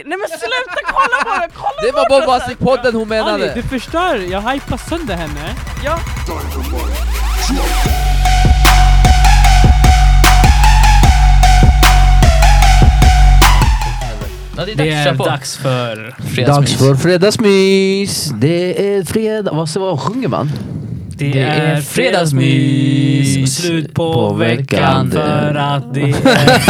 Nej men sluta kolla på det. Kolla det var Bombastic-podden hon menade. Ali, du förstör. Jag hypar sönder henne. Ja. Det är dags för fredagsmys. Det är fredag. Vad sjunger man? Det är fredagsmys och slut på veckan för att det är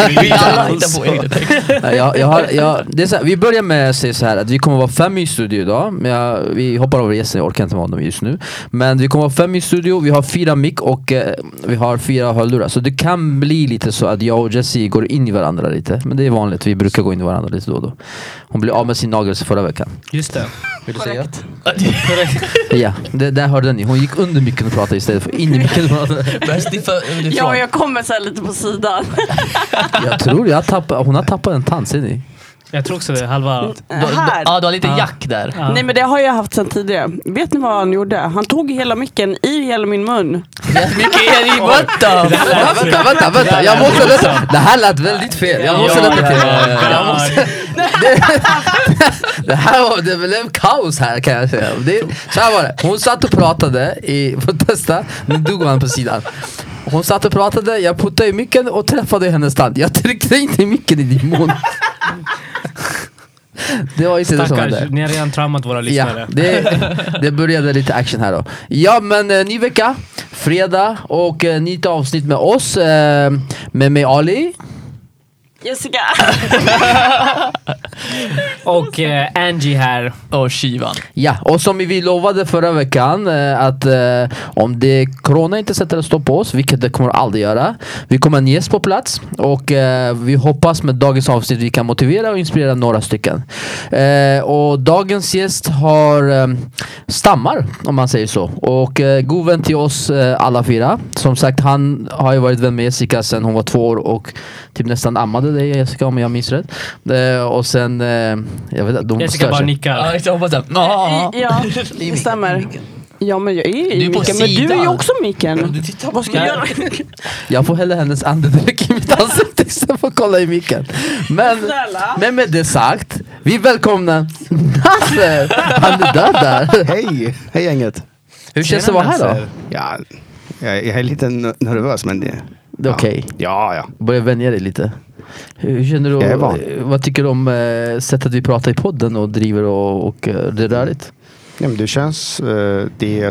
fredagsmys. Det är så här, vi börjar med att säga så här att vi kommer vara 5 i studio idag. Men vi hoppar över gästen, jag orkar inte med honom just nu. Men vi kommer vara 5 i studio, vi har 4 mick och vi har 4 hörlurar. Så det kan bli lite så att jag och Jessie går in i varandra lite. Men det är vanligt, vi brukar gå in i varandra lite då och då. Hon blev av med sin nagel förra veckan. Just det. Vill du säga att? Ja, där hörde ni. Hon gick under micken och pratade istället för in i micken. Ja, jag kommer så här lite på sidan. Jag tror hon har tappat en tand, ser ni? Jag tror också det, halva. Ja, du har lite jack där. Ja. Nej, men det har jag haft sedan tidigare. Vet ni vad han gjorde? Han tog hela micken i hela min mun. Mycket är i vänta. Vänta. Jag måste läsa. Det här lät väldigt fel. Jag måste läsa till. Det blev en kaos här, kan jag säga. Så här var det. Hon satt och pratade för att testa. Nu dog han på sidan. Hon satt och pratade, jag puttade i micken och träffade hennes tand. Jag tryckte inte i micken i din mun. Det var inte det som hände. Ni har redan traumat våra lyssnare. Ja, det började lite action här då. Ja, men ny vecka, fredag och nytt avsnitt med oss. Med mig Ali. Jessica. Och Angie här. Och Shivan. Ja, och som vi lovade förra veckan att om det corona inte sätter stopp på oss, vilket det kommer aldrig göra, vi kommer en gäst på plats och vi hoppas med dagens avsnitt vi kan motivera och inspirera några stycken. Och dagens gäst har stammar, om man säger så, och god vän till oss alla 4. Som sagt, han har ju varit vän med Jessica sedan hon var 2 år och typ nästan ammade dig, Jessica, om jag minns rätt. Och sen jag vet inte, Jessica bara nickar. Ja, jag hoppas det. Ja, det stämmer. Ja, men jag är i micken, men du är ju också micken. Vad ska jag göra? Jag får hälla hennes andedräkt i mitt ansikte istället för att kolla i micken. Men med det sagt, vi välkomnar Nasser. Han är där. Hej gänget. Hur känns det att vara här då? Ja, jag är lite nervös, men det är okej. Ja. Börja vänja dig lite. Hur känner du? Vad tycker du om sättet vi pratar i podden och driver och det är rörigt? Nej, men det känns det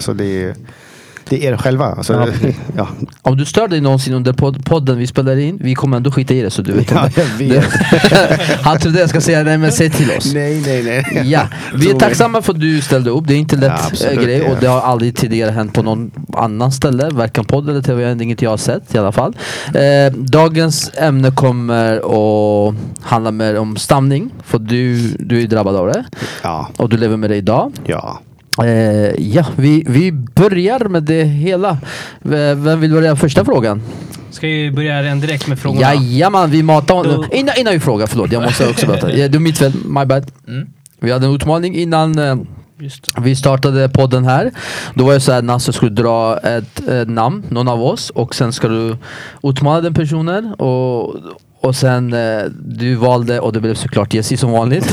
är er själva. Alltså, ja. Om du stör dig någonsin under podden vi spelar in, vi kommer ändå skita i det, så du vet. Ja, jag vet. Han trodde jag ska säga nej, men säg till oss. Nej. Ja, vi är tacksamma för att du ställde upp. Det är inte lätt grej, och det har aldrig tidigare hänt på någon annan ställe, varken podd eller tv, inget jag har sett i alla fall. Dagens ämne kommer att handla mer om stamning, för du är drabbad av det. Ja. Och du lever med det idag. Ja. Ja, vi börjar med det hela. Vem vill börja första frågan? Ska vi börja redan direkt med frågorna? Jajamän, vi matar innan vi frågar, förlåt, jag måste också berätta. Det är mitt fel, my bad. Vi hade en utmaning innan vi startade podden här. Då var det så att Nasser skulle dra ett namn, någon av oss, och sen ska du utmana den personen, och sen du valde, och det blev såklart Jessie som vanligt.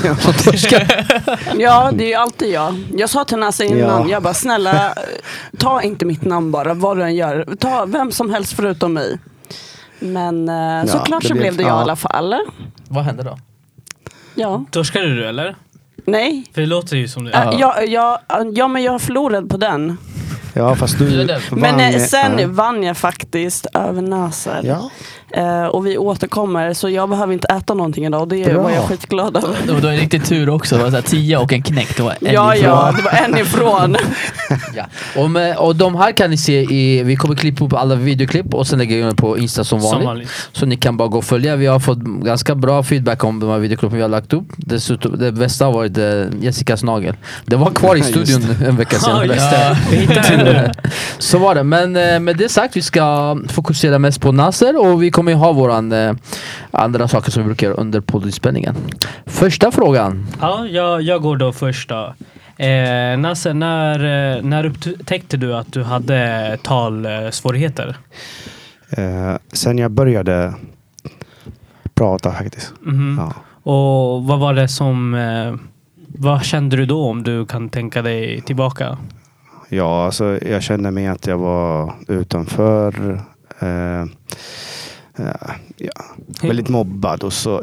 Ja, det är ju alltid jag. Jag sa till Nasser innan, jag bara, snälla, ta inte mitt namn bara, vad du än gör. Ta vem som helst förutom mig. Men såklart så blev det jag i alla fall. Vad hände då? Ja. Torskade du eller? Nej. För det låter ju som det. Ja, men jag förlorade på den. Ja, fast du men sen vann jag faktiskt över Nasser. Ja. Och vi återkommer, så jag behöver inte äta någonting idag, och det var jag skitglad över. Och då är det riktigt tur också. Det var så här 10 och en knäck. Det var en ifrån. Det var en ifrån. Ja. Och de här kan ni se vi kommer klippa upp alla videoklipp och sen lägger jag på Insta som vanligt. Så ni kan bara gå och följa. Vi har fått ganska bra feedback om de här videoklippen vi har lagt upp. Dessutom, det bästa har varit Jessicas nagel. Det var kvar i studion en vecka sedan. Så var det. Men med det sagt, vi ska fokusera mest på Nasser, och vi kommer ha våran andra saker som vi brukar göra under poddinspelningen. Första frågan. Ja, jag går då först då. Nasser, när upptäckte du att du hade talsvårigheter? Sen jag började prata faktiskt. Mm-hmm. Ja. Och vad var det som... vad kände du då om du kan tänka dig tillbaka? Ja, alltså jag kände mig att jag var utanför. Väldigt mobbad och så.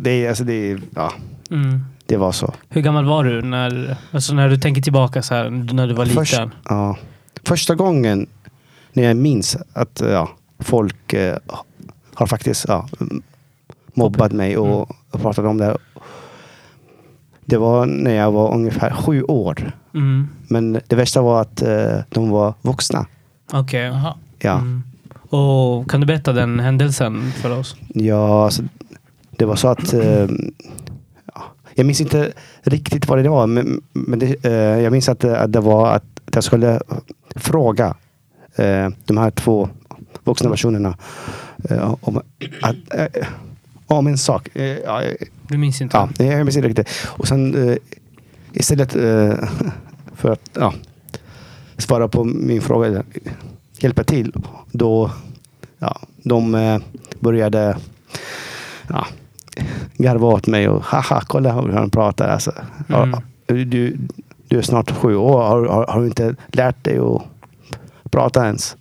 Det var så. Hur gammal var du när du tänker tillbaka så här, när du var liten? Första gången när jag minns att folk har faktiskt mobbat mig och pratat om det. Det var när jag var ungefär 7 år. Mm. Men det värsta var att de var vuxna. Okej. Ja. Och kan du berätta den händelsen för oss? Ja, alltså, det var så att jag minns inte riktigt vad det var, men jag minns att det var att jag skulle fråga de här 2 vuxna personerna om en sak. Du minns inte? Ja, jag minns inte riktigt. Och sen istället för att svara på min fråga, hjälpa till, då de började garva åt mig och haha, kolla hur han pratar. Alltså, du är snart 7 år, har du inte lärt dig att prata ens?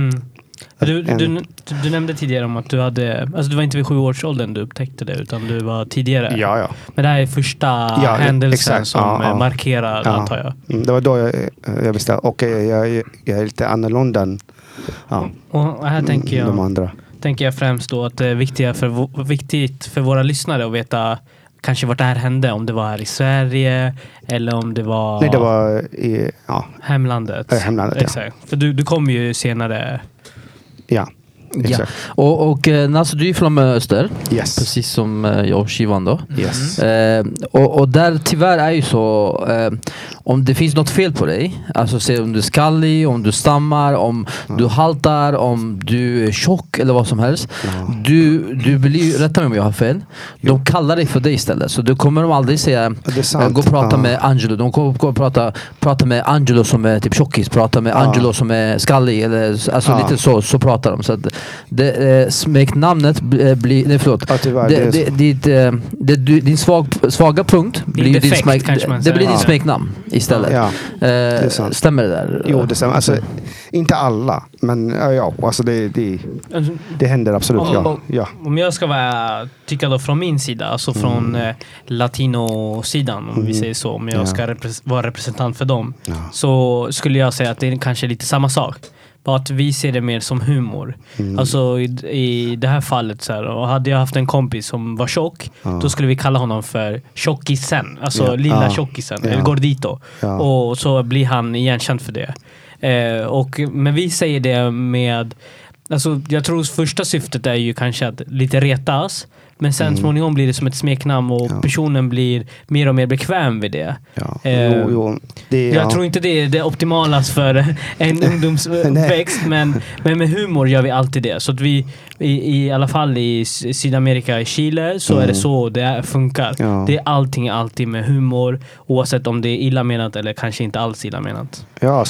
Du nämnde tidigare om att du hade, alltså du var inte vid 7-årsåldern du upptäckte det, utan du var tidigare. Ja. Men det här är första händelsen som markerar, antar jag. Det var då jag visste, okej, jag är lite annorlunda än och här de andra. Tänker jag främst då att det är viktigt för våra lyssnare att veta kanske vart det här hände, om det var här i Sverige eller om det var... Nej, det var i hemlandet. Hemlandet, exakt. För du kom ju senare. Ja. Ja. Och Nasse, du är från Öster. Yes. Precis som jag och Shivan då. Yes. Och där tyvärr är ju så, om det finns något fel på dig, alltså se om du är skallig, om du stammar, om du haltar, om du är tjock eller vad som helst, du blir, rätta mig om jag har fel, de kallar dig för dig istället, så då kommer de aldrig säga gå och prata med Angelo, de kommer gå och prata med Angelo som är typ tjockis, prata med Angelo som är skallig, eller alltså lite så pratar de, så att smeknamnet blir, nej förlåt, din svaga punkt blir din smeknamn istället. Stämmer det där? Jo, det stämmer. Alltså, inte alla, men alltså det händer absolut. Om jag ska tycka då från min sida, alltså från latinosidan, om vi säger så, om jag ska vara representant för dem, så skulle jag säga att det är kanske lite samma sak. Bara att vi ser det mer som humor. Alltså i det här fallet så här, och hade jag haft en kompis som var tjock, då skulle vi kalla honom för tjockisen. Alltså lilla tjockisen, eller gordito. Och så blir han igenkänd för det. Men vi säger det med... Alltså, jag tror första syftet är ju kanske att lite retas. Men sen småningom blir det som ett smeknamn och personen blir mer och mer bekväm vid det. Jag tror inte det är det optimala för en ungdomsväxt, men med humor gör vi alltid det. Så att vi, i alla fall i Sydamerika, i Chile, så är det så det funkar. Det är allting alltid med humor, oavsett om det är illa menat eller kanske inte alls illa menat.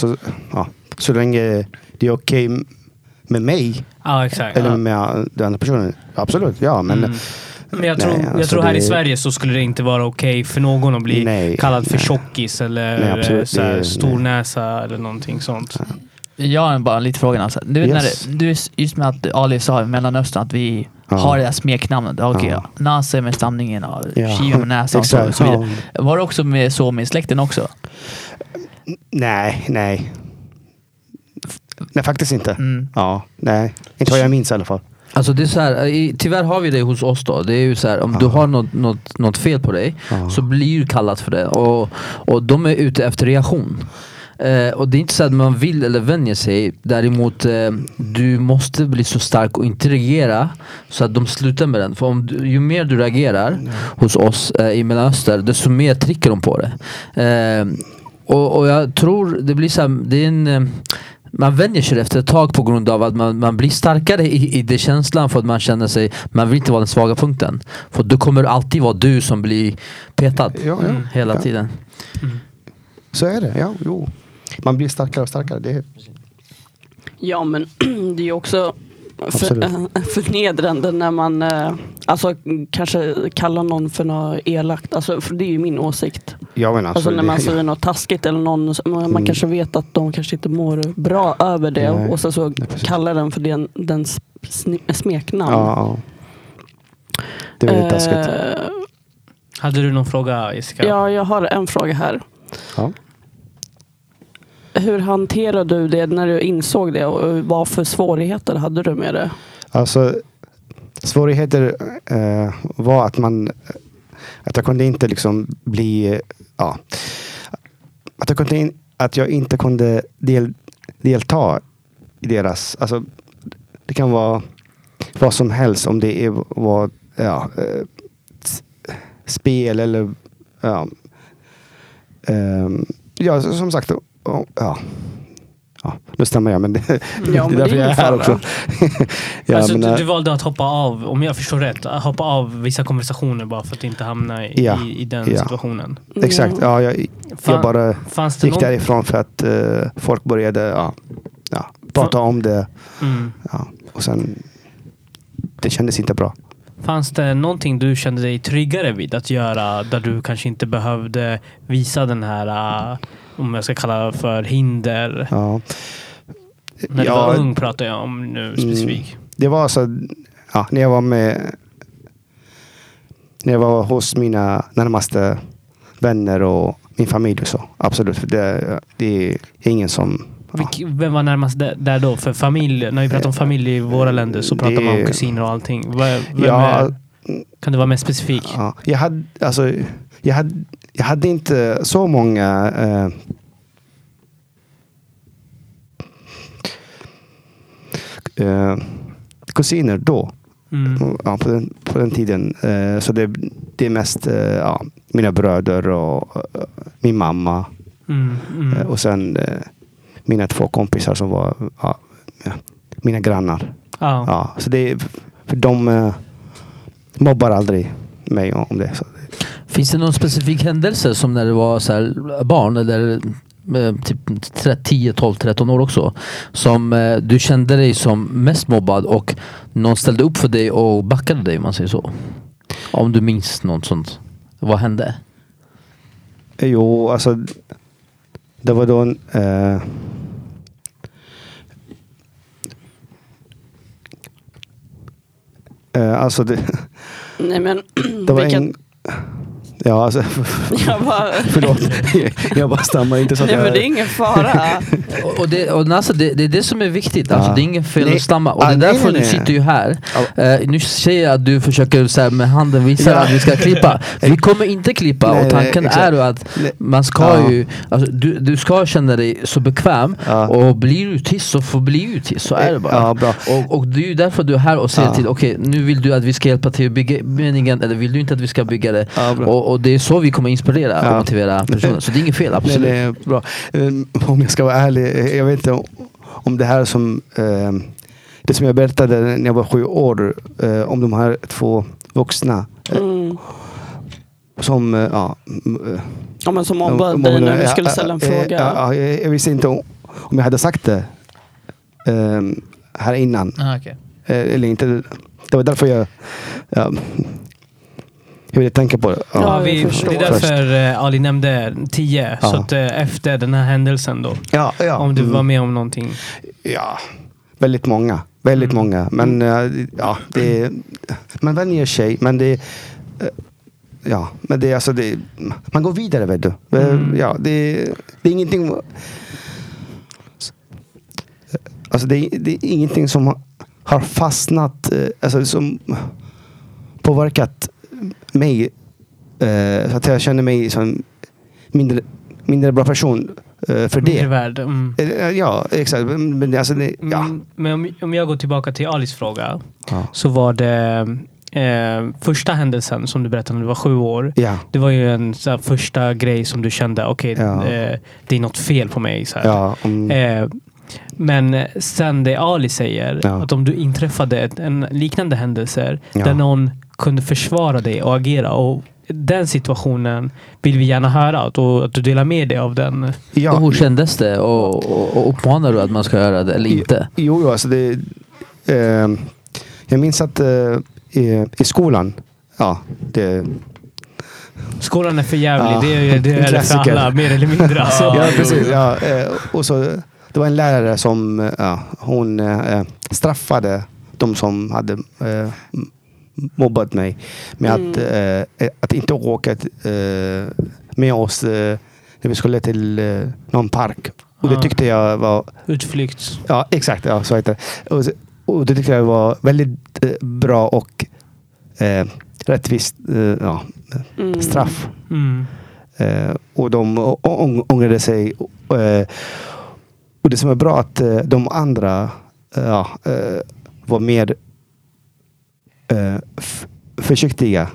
Så länge det är okej med mig exakt, eller med den andra personen. Absolut, men jag tror här i Sverige så skulle det inte vara okej för någon att bli kallad för tjockis eller stornäsa eller någonting sånt. Jag har bara lite frågan alltså. Du vet du just med att Ali sa i Mellanöstern att vi har det här smeknamnet. Nase med stamningen av Shiva med näsan och så vidare. Var det också med släkten också? Nej, faktiskt inte. Nej. Inte vad jag minns i alla fall. Alltså det är så här, tyvärr har vi det hos oss då. Det är ju så här, om du har något fel på dig, så blir du kallat för det. Och de är ute efter reaktion. Och det är inte så att man vill eller vänjer sig. Däremot du måste bli så stark och inte reagera så att de slutar med den. För ju mer du reagerar hos oss i Mellanöstern, desto mer trycker de på det. Och jag tror det blir så här, det är man vänjer sig efter ett tag på grund av att man blir starkare i det känslan, för att man känner sig, man vill inte vara den svaga punkten. För då kommer det alltid vara du som blir petad hela tiden. Så är det, man blir starkare och starkare. Ja, men det är också förnedrande när man alltså kanske kallar någon för något elakt. Alltså, för det är ju min åsikt. Ja, men alltså när man säger något taskigt eller någon, man kanske vet att de kanske inte mår bra över det. Nej. Och så kallar den för den smeknamn. Ja. Det är väldigt taskigt. Hade du någon fråga, Jessica? Ja, jag har en fråga här. Ja. Hur hanterade du det när du insåg det och vad för svårigheter hade du med det? Alltså svårigheter var att jag kunde inte liksom bli att jag inte kunde delta i deras, alltså det kan vara vad som helst, om det var spel eller som sagt nu stämmer jag, men det är därför jag är här också. Alltså, du valde att hoppa av, om jag förstår rätt, hoppa av vissa konversationer bara för att inte hamna i den situationen. Exakt, jag bara gick därifrån för att folk började prata om det. Och sen det kändes inte bra. Fanns det någonting du kände dig tryggare vid att göra där du kanske inte behövde visa den här, om jag ska kalla det för hinder? Ja. När du var ung pratar jag om nu specifikt. Det var så, när jag var hos mina närmaste vänner och min familj och så. Absolut, för det är ingen som... Vem var närmast där då? För familj, när vi pratar om familj i våra länder så pratar man om kusiner och allting. Kan det vara mer specifik? Ja, jag hade inte så många kusiner då. På den tiden. Så det är mest mina bröder och min mamma. Och sen mina 2 kompisar som var mina grannar. Så det, för de mobbar aldrig mig om det. Så. Finns det någon specifik händelse som när du var så här barn eller typ 10, 12, 13 år också, som du kände dig som mest mobbad och någon ställde upp för dig och backade dig, om man säger så? Om du minns något sånt. Vad hände? Jo, alltså det var då alltså det... Nej, men det var Ja, alltså, förlåt. Jag bara stammar inte så att nej, men det är ingen fara. Det är det som är viktigt. Alltså, det är ingen fel att stamma. Och det är därför du sitter ju här. Nu ser jag att du försöker så här, med handen visa att vi ska klippa. Vi kommer inte klippa. Och tanken är ju att man ska ju... Alltså, du ska känna dig så bekväm. Och blir du tyst så får bli du tyst. Så är det bara. Bra. Och det är ju därför du är här och säger till okej, nu vill du att vi ska hjälpa till att bygga meningen. Eller vill du inte att vi ska bygga det? Och det är så vi kommer inspirera och motivera personer. Så det är inget fel, absolut. Nej, det är bra. Om jag ska vara ärlig, jag vet inte om det här som det som jag berättade när jag var 7 år, om de här 2 vuxna som men som mobbade dig när du skulle ställa en fråga. Jag visste inte om jag hade sagt det här innan. Okay. Eller inte. Det var därför jag ville tänka på det. Det är därför Ali nämnde 10. Så att efter den här händelsen då. Om du var med om någonting. Ja, väldigt många. Men det man vänjer sig. Men det men det är alltså man går vidare, vet du. Det är ingenting. Alltså det är ingenting som har fastnat, alltså som påverkat mig så att jag känner mig som mindre bra person för det. Mindre värd. Ja, exakt. Men, alltså men om jag går tillbaka till Alis fråga så var det första händelsen som du berättade när du var 7 år. Det var ju en så här, första grej som du kände det är något fel på mig. Så här. Men sen det Ali säger att om du inträffade en liknande händelser där någon kunde försvara dig och agera, och den situationen vill vi gärna höra att du delar med dig av den. Och hur kändes det? Och uppmanar du att man ska göra det eller inte? Jo, alltså Jag minns att i skolan, skolan är för jävlig. Det är det för alla, mer eller mindre. Alltså. Ja, precis. Ja. Och så, det var en lärare som hon straffade de som hade mobbat mig med att inte åka med oss när vi skulle till någon park. Och det tyckte jag var... Utflykt. Ja, exakt. Ja, så heter det. Och det tyckte jag var väldigt bra och rättvist straff. Och de ångrade sig. Och det som är bra att de andra var mer försiktiga.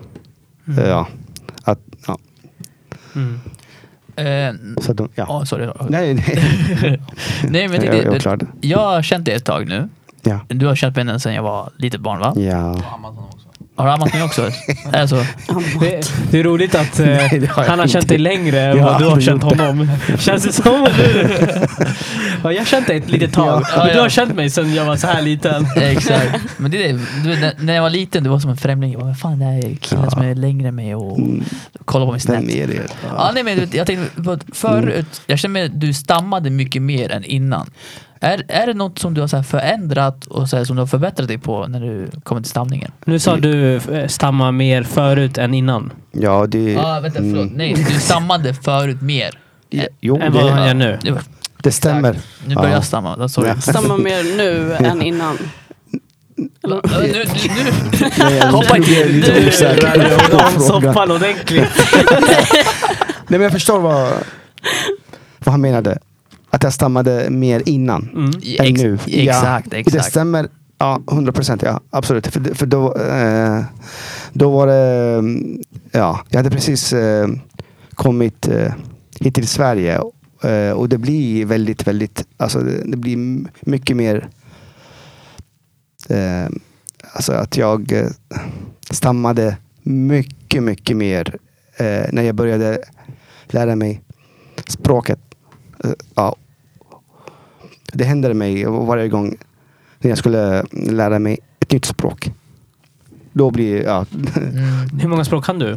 Så de, sorry. Nej. Nej, men jag har känt det ett tag nu. Ja. Du har känt mig sedan jag var litet barn, va? Ja. Har du ammat mig också? Är det så? Det är roligt att han har känt dig längre än vad du har känt honom. Känns det som? Jag har känt dig ett litet tag. Du har känt mig sedan jag var så här liten. Exakt. Men när jag var liten, du var som en främling. Jag bara, fan, det här är killen som är längre med och kollar på mig snett. Nej, men jag tänkte på förut, jag känner att du stammade mycket mer än innan. Är det något som du har så här förändrat och så här, som du har förbättrat dig på när du kommer till stamningen? Nu sa du stamma mer förut än innan. Ja, det... vänta, förlåt. Nej, du stammade förut mer. Än vad han gör nu. Det stämmer. Nu börjar jag stamma. Stamma mer nu än innan. Nu hoppa inte du soffan ordentligt. Nej, men jag förstår vad han menade. Att jag stammade mer innan än nu. Exakt. Det stämmer. Ja, 100%. Ja, absolut. För då var det... Ja, jag hade precis kommit hit till Sverige. Och det blir väldigt, väldigt... Alltså det blir mycket mer... Alltså att jag stammade mycket, mycket mer när jag började lära mig språket. Det hände mig varje gång när jag skulle lära mig ett nytt språk. Då blir Hur många språk kan du?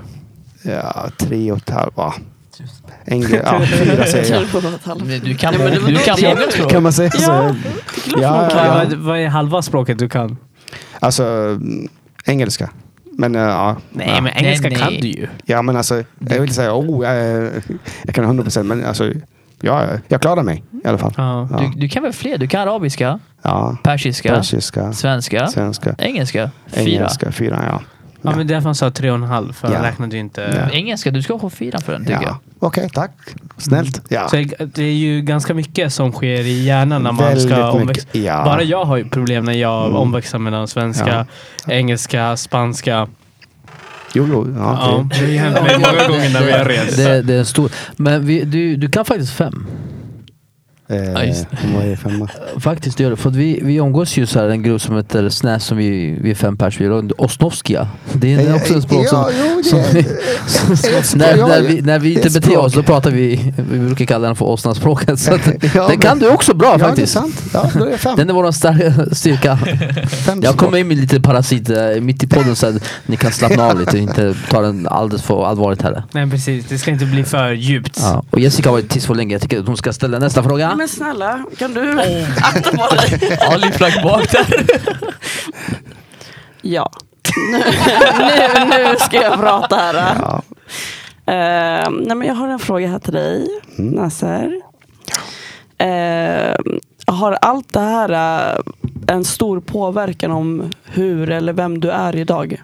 3,5. Engelska, 4 säger jag. Du kan många språk. Kan man säga så? Ja. Vad är halva språket du kan? Alltså engelska. Men Nej, men engelska kan du ju. Ja, men alltså jag vill inte säga jag kan 100%, men alltså jag klarar mig i alla fall. Du kan väl fler? Du kan arabiska, persiska, svenska, engelska. 4, ja. Ja, men därför han sa 3,5 för han räknade ju inte. Engelska, du ska få 4 för den, tycker jag. Okej, tack. Snällt. Ja. Så det är ju ganska mycket som sker i hjärnan när man ska omväxla. Ja. Bara jag har ju problem när jag omväxlar mellan svenska, engelska, spanska. Jo. Ja, det händer mig många gånger när vi är res. Det är stor. Men du kan faktiskt 5. Vad är 5? Faktiskt gör det. För att vi omgås ju så här en grupp som heter Snäs som vi är 5 pers. Vi har Osnovskia. Det är också ett språk när vi inte beter oss, då pratar vi brukar kalla den för Osnaspråket. Så det kan du också bra faktiskt. Det är sant. Ja, då är det 5. Den är vår styrka. Jag kommer in med lite parasit mitt i podden så att ni kan slappna av lite och inte ta den alldeles för allvarligt här. Nej, precis. Det ska inte bli för djupt. Ja. Och Jessica har varit tyst för länge. Jag tycker att hon ska ställa nästa fråga. Men snälla, kan du akta på dig? Ali flagg bak där. Ja. Nu ska jag prata här. Ja. Nej, men jag har en fråga här till dig, Nasser. Har allt det här en stor påverkan om hur eller vem du är idag?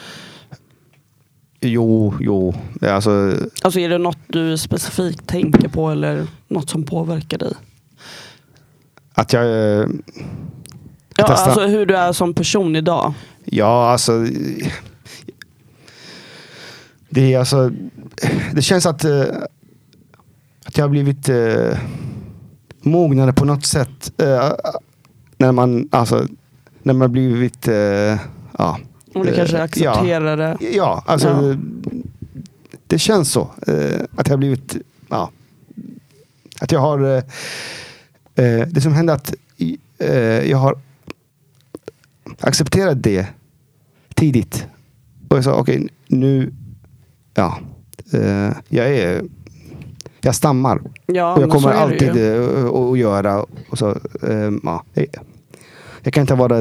Jo. Alltså är det något du specifikt tänker på eller något som påverkar dig? Att jag... alltså hur du är som person idag. Ja, alltså... Det är alltså... Det känns att jag har blivit mognare på något sätt. När man blivit... Om du kanske accepterar det. Ja, alltså... Det känns så. Att jag har blivit... Att jag har... det som hände att jag har accepterade det tidigt. Och jag sa okej, nu jag stammar. Ja, och jag kommer så alltid att göra. Och så, jag kan inte vara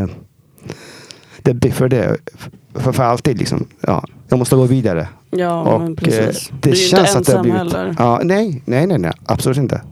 det för det. För alltid liksom. Ja, jag måste gå vidare. Ja, och men precis. det du är känns inte att det har ensam blivit... heller. Ja, nej. Absolut inte.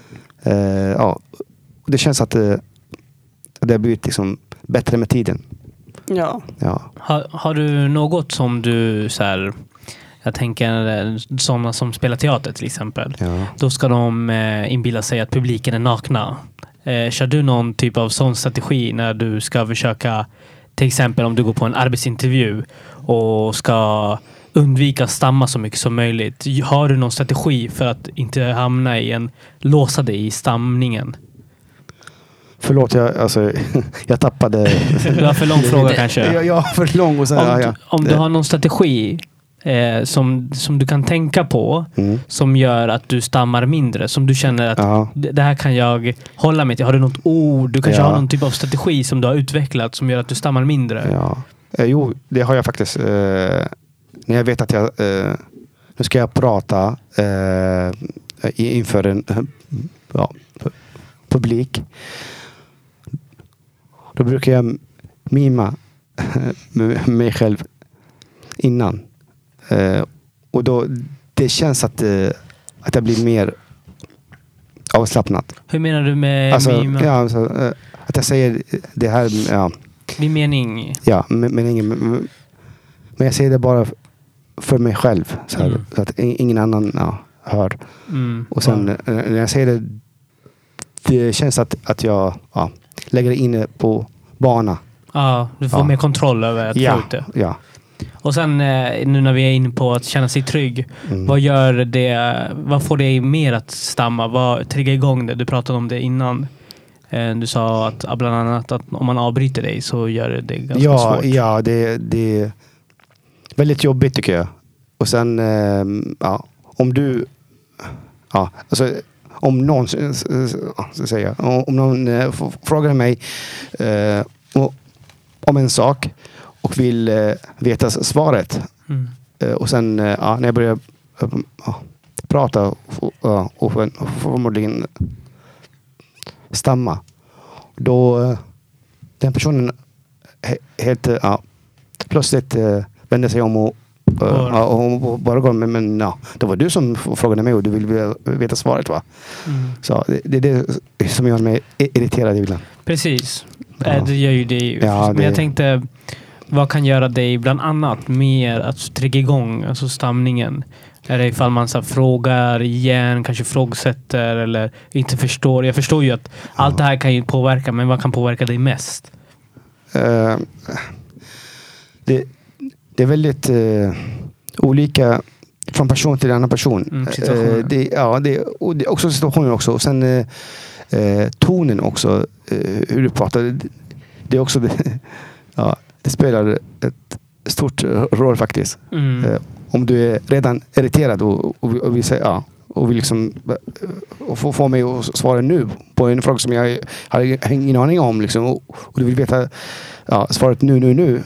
Det känns att det har blivit liksom bättre med tiden. Ja. Har du något som du så här, jag tänker sådana som spelar teater till exempel. Ja. Då ska de inbilla sig att publiken är nakna. Kör du någon typ av sån strategi när du ska försöka, till exempel om du går på en arbetsintervju och ska undvika att stamma så mycket som möjligt. Har du någon strategi för att inte hamna låsa dig i stamningen? Förlåt, jag tappade... Du har för lång fråga kanske. Jag har för lång. Och sen, om du har någon strategi som du kan tänka på som gör att du stammar mindre, som du känner att det här kan jag hålla mig till. Har du något ord? Du kanske har någon typ av strategi som du har utvecklat som gör att du stammar mindre. Ja. Jo, det har jag faktiskt. När jag vet att nu ska jag prata inför en publik. Då brukar jag mima mig själv innan. Och då det känns att jag blir mer avslappnad. Hur menar du med mima? Ja, att jag säger det här. Ja. Din mening? Ja, men jag säger det bara för mig själv. Så att ingen annan hör. Och sen när jag säger det känns att jag lägger in det på bana. Ja, du får mer kontroll över att få ut det. Ja. Och sen nu när vi är inne på att känna sig trygg, vad får dig mer att stamma? Vad triggar igång det? Du pratade om det innan. Du sa att bland annat att om man avbryter dig så gör det ganska svårt. Ja, det är väldigt jobbigt tycker jag. Och sen om du om någon om någon frågar mig om en sak och vill veta svaret och sen när jag börjar prata och förmodligen stamma, då den personen helt plötsligt vänder sig om och bara går, men det var du som frågade mig och du vill veta svaret, va? Så det är det som gör mig irriterad ibland. Precis. Det gör ju det. Men jag tänkte, vad kan göra dig bland annat mer att trigga igång alltså stamningen? Är det ifall man så frågar igen, kanske frågsätter eller inte förstår? Jag förstår ju att allt det här kan ju påverka, men vad kan påverka dig mest? Det är väldigt olika från person till annan person. Det är också situationen också. Och sen tonen också, hur du pratar. Det är också det spelar ett stort roll faktiskt. Om du är redan irriterad och vill säga och vill liksom och få mig att svara nu på en fråga som jag har ingen aning om liksom, och du vill veta svaret nu.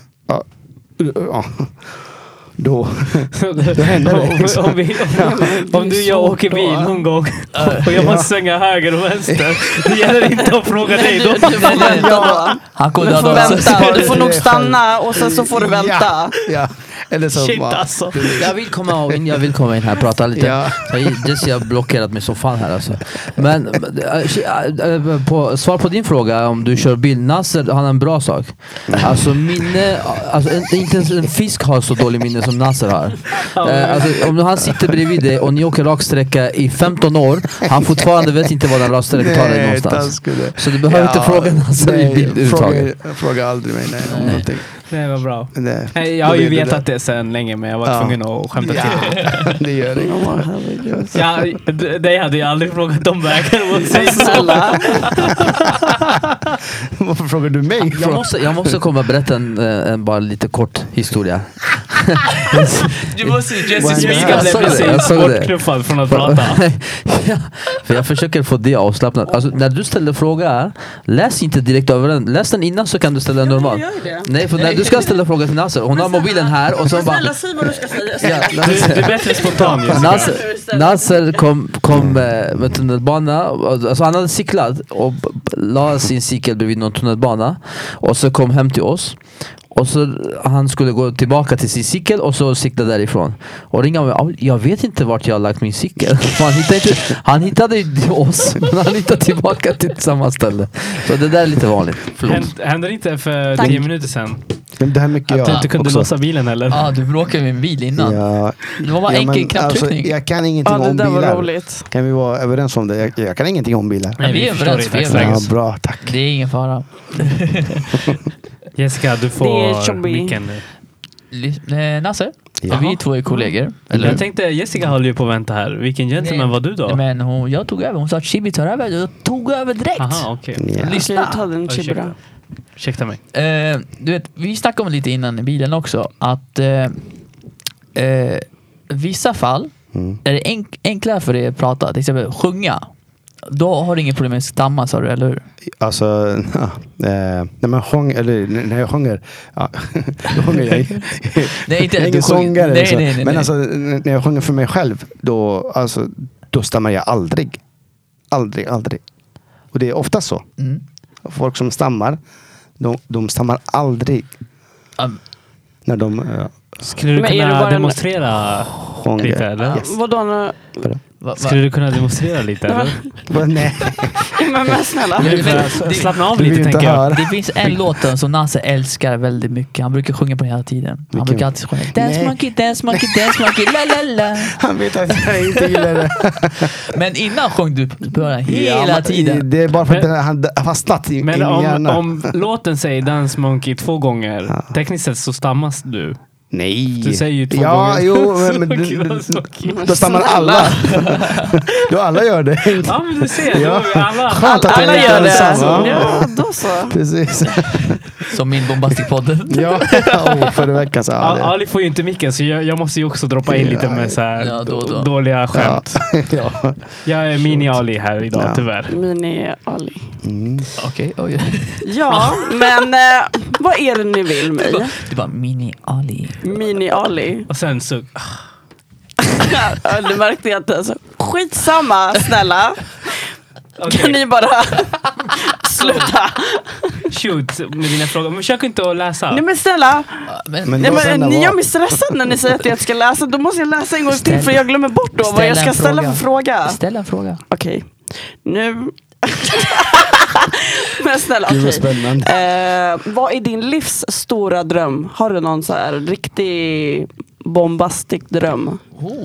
Då händer det liksom. Om du och jag åker bil någon gång och jag måste svänga höger och vänster, det gäller inte att fråga dig då. Du får vänta då. Du får nog stanna och sen så får du vänta. Ja. Eller så shit alltså. Jag vill komma in här och prata lite. Jag har blockerat mig så fan här alltså. Men svar på din fråga om du kör bil, Nasser har en bra sak. Alltså minne, inte ens en fisk har så dålig minne som Nasser har. Om han sitter bredvid dig och ni åker raksträcka i 15 år, han fortfarande vet inte vad den raksträcka tar dig någonstans. Så du behöver inte fråga Nasser i bild. Fråga aldrig mig någonting. Det var bra. Jag har ju vetat det sen länge, men jag var tvungen att skämta till det. Det gör det. Det hade jag aldrig frågat om vägen. Varför frågar du mig? Jag måste komma och berätta en bara lite kort historia. Du måste Jesse Jessica blev precis bortknuffad från att prata. Ja, för jag försöker få det avslappnat. Alltså, när du ställer fråga, läs inte direkt över den. Läs den innan så kan du ställa den normalt. Nej, för när du ska ställa fråga till Nasser, hon har mobilen här och så bara... Snälla, säg vad du ska säga. Du är bättre spontan, Nasser kom med tunnelbana. Alltså han hade cyklat och la sin cykel bredvid någon tunnelbana. Och så kom hem till oss. Och så han skulle gå tillbaka till sin cykel och så cykla därifrån. Och ringa mig, jag vet inte vart jag har lagt min cykel. Han hittade ju oss, men han hittade tillbaka till samma ställe. Så det där är lite vanligt. Hände det inte för 10 minuter sedan? Men det här mycket att du inte kunde låsa bilen eller? Ja, du bråkade med min bil innan. Ja. Det var bara enkel knapptryckning. Alltså, jag kan ingenting om bilar. Var roligt. Kan vi vara överens om det? Jag kan ingenting om bilar. Nej, vi är överens. Ja, bra, tack. Det är ingen fara. Jessica, du får micken nu. Nasser, vi två är kollegor. Eller? Jag tänkte, Jessica håller ju på att vänta här. Vilken gentleman var du då? Men jag tog över. Hon sa att Chibi tar över. Jag tog över direkt. Aha, okej. Yeah. Lyssna. Jag tar den Chibra. Ursäkta mig. Du vet, vi snackade om lite innan i bilen också. Att vissa fall är det enklare för dig att prata. Till exempel sjunga. Då har du inget problem med stamma, sa du, eller hur? Alltså, när jag sjunger, då sjunger jag. Nej, inte ingen sångare. Nej. Men alltså, när jag sjunger för mig själv, då stammar jag aldrig. Aldrig. Och det är ofta så. Folk som stammar, de stammar aldrig. När de... Skulle du kunna demonstrera lite, eller? Yes. Vadå? Skulle du kunna demonstrera lite, eller? Nej. Men snälla. Slappna av lite, tänker jag. Det finns en låt som Nasser älskar väldigt mycket. Han brukar sjunga på den hela tiden. Han brukar alltid sjunga Dance monkey, dance monkey, dance monkey, la la la. Han vet att jag inte gillar det. Men innan sjöng du på den hela tiden. Det är bara för att han har fastnat i min hjärna. Men om låten säger Dance monkey 2 gånger, tekniskt sett så stammas du. Nej. Du säger ju 2 gånger. Jo, men då stammar alla. Då alla gör det. Ja, men du ser. Alla gör det. Ja, då så. Precis. Som min Bombastic-podden. Ja, förra veckan så. Ali får ju inte micken, så jag måste ju också droppa in lite med så här dåliga skämt. Ja. Jag är mini-Ali här idag, tyvärr. Mini-Ali. Okej. Ja, men vad är det ni vill mig? Det var mini-Ali. Mini-Ali. Och sen så... Du märkte jag inte. Skitsamma, snälla. Okay. Kan ni bara sluta? Shoot med dina frågor. Men försök inte att läsa. Nej men snälla. Ni gör mig stressad när ni säger att jag ska läsa. Då måste jag läsa en gång till för jag glömmer bort då vad jag ska ställa för fråga. Ställa en fråga. Okej. Nu... Men snälla, vad är din livs stora dröm? Har du någon så här riktig bombastic dröm?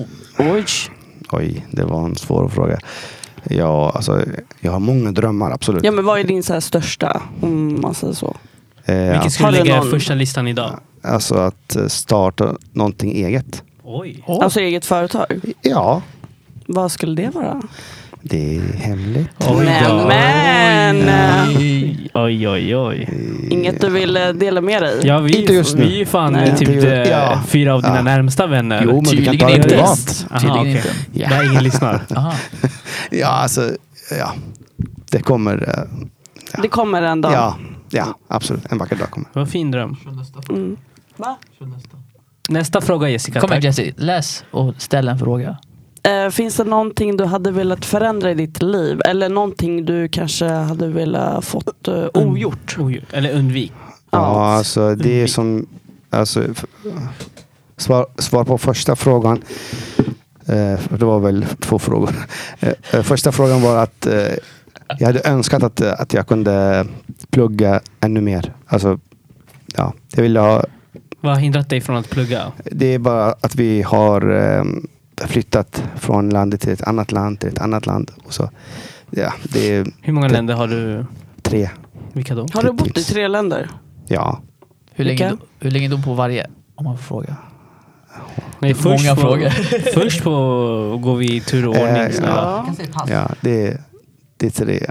Oj, det var en svår fråga. Ja, alltså, jag har många drömmar, absolut. Ja, men vad är din så här största, om man säger så? Vilken skulle du lägga första listan idag? Alltså att starta någonting eget. Oj. Alltså eget företag? Ja. Vad skulle det vara? Det är hemligt. Men Oj. Inget du vill dela med dig? Ja, inte just nu. Vi är ju fan typ 4 av dina närmsta vänner. Jo, men tydligen vi kan ta det inte. privat. Tydligen inte. Ja. Där ingen lyssnar. Ja, alltså, det kommer... Det kommer en dag. Ja, absolut. En vacker dag kommer. Vad fin dröm. Va? Nästa fråga, Jessica. Kom igen, Jessica. Läs och ställ en fråga. Finns det någonting du hade velat förändra i ditt liv? Eller någonting du kanske hade velat fått ogjort? Eller undvik? Ja, alltså det är som... Alltså, svar på första frågan. Det var väl 2 frågor. Första frågan var att jag hade önskat att jag kunde plugga ännu mer. Alltså, jag ville ha... Vad har hindrat dig från att plugga? Det är bara att vi har flyttat från landet till ett annat land. Och så, det är, hur många länder har du? 3. Vilka då? Har du bott i 3 länder? Ja. Hur länge då på varje? Om man får fråga. Nej, många frågor. Först går vi i tur och ordning. Ja, det är 3, ja.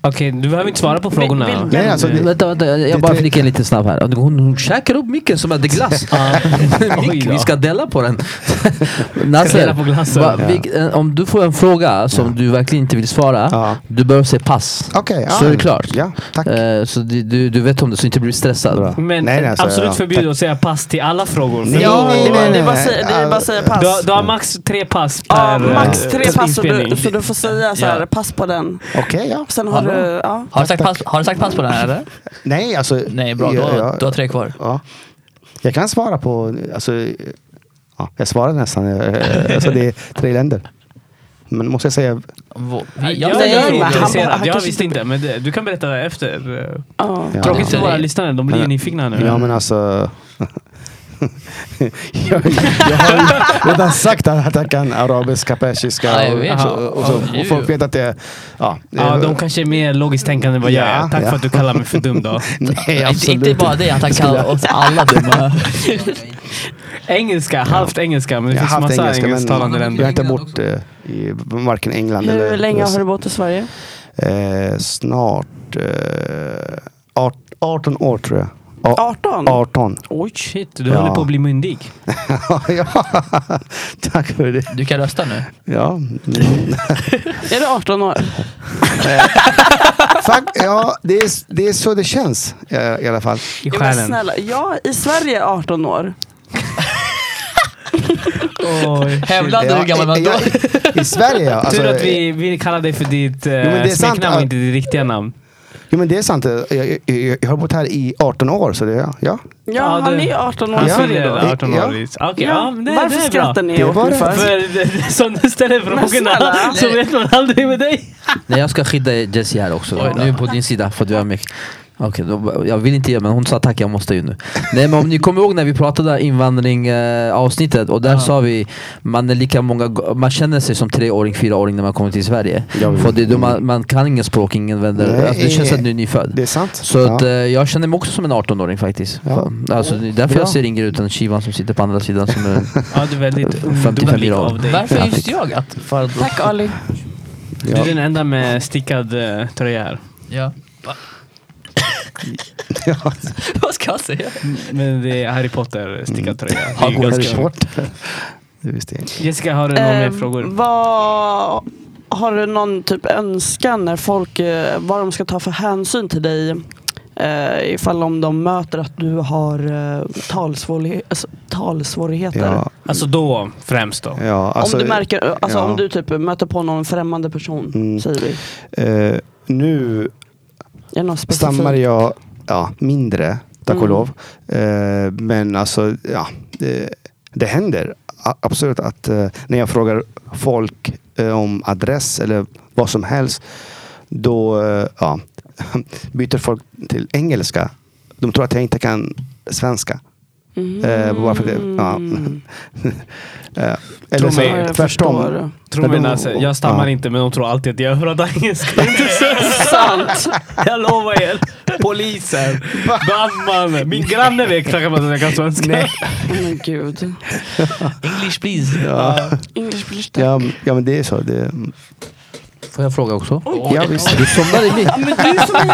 Okej, du behöver inte svara på frågorna. Nej, alltså, Vänta, jag bara flikar lite snabbt här. Hon käkar upp micken som att det är glass. Vi ska dela på den. Dela på glassen. Om du får en fråga som du verkligen inte vill svara, du bör säga pass. Okej, så är det klart. Ja, tack. Så du vet om det, så inte blir stressad. Men alltså, absolut förbjudet att säga pass till alla frågor. Nej. Det är bara att säga pass. Du har max 3 pass per max 3 pass, inspelning. så du får säga så här, pass på den. Okej, ja. Sen har du... Ja. Har du sagt pass på den här eller? Nej, alltså... Nej, bra. Du har 3 kvar. Ja. Jag kan svara på... Alltså, jag svarar nästan. Alltså, det är 3 länder. Men måste jag säga... Jag visste inte, men du kan berätta efter. Tråkigt för våra lyssnare, de blir ju nyfikna nu. Ja, men alltså... jag har redan sagt att jag kan arabiska, persiska och folk vet att det är... de kanske är mer logiskt tänkande än vad jag är. Tack för att du kallar mig för dum då. Nej, inte bara det, att han kallar oss alla dumma. Engelska, halvt engelska, men det finns massa engelsktalande länder. Jag har inte bott i varken England eller... Hur länge har du bott i Sverige? Snart 18 år tror jag. 18. Oj, shit, du håller på att bli myndig. Ja, tack för det. Du kan rösta nu. Ja. Är du 18 år? Ja, det är så det känns i alla fall. I själen. Snälla, i Sverige är 18 år. Hävlar du hur gammal man då? I Sverige, ja. Tur att vi kallar dig för ditt smeknamn och inte ditt riktiga namn. Jo, men det är sant. Jag har bott här i 18 år, så det Ja, han är 18 år i Sverige då. 18 år. Okay, varför skrattar ni åt mig för som du ställer frågorna så vet man aldrig med dig. Nej, jag ska skydda Jessie här också. Nu är på din sida för du har mig. Okej, jag vill inte göra, men hon sa tack, jag måste ju nu. Nej, men om ni kommer ihåg när vi pratade invandring avsnittet, och där sa vi man är lika många, man känner sig som 3-åring, 4-åring när man kommer till Sverige. För det, man kan ingen språk, ingen vänner. Alltså, det känns att du är nyfödd. Det är sant. Så att, jag känner mig också som en 18-åring faktiskt. Alltså, därför jag ser yngre ut än Shivan som sitter på andra sidan som är du är väldigt 55 år. Varför just jag? Tack Ali. Du är den enda med stickad tröja här. Ja. Vad ska jag säga? Men det är Harry Potter stickad tröja. Harry Potter. Jessica, har du några mer frågor? Har du någon typ önskan när folk, vad de ska ta för hänsyn till dig ifall om de möter att du har talsvårigheter? Ja. Alltså då främst då? Ja, alltså, om du märker, alltså om du typ möter på någon främmande person, säger vi. Nu stammar jag mindre, tack och lov. Men alltså, det händer absolut att när jag frågar folk om adress eller vad som helst, då byter folk till engelska. De tror att jag inte kan svenska. Bara för det. Eller så tvärtom. Tror mig, alltså, jag stammar inte, men de tror alltid att jag pratar engelska. Det är inte så sant. Jag lovar er. Polisen, brandman, min granne vet knappt att jag kan svenska. Nej. Men gud. English please. English please. Ja, men det är så. Det... Får jag fråga också? Ja, visst. Du somnar i mitt. Men du är som en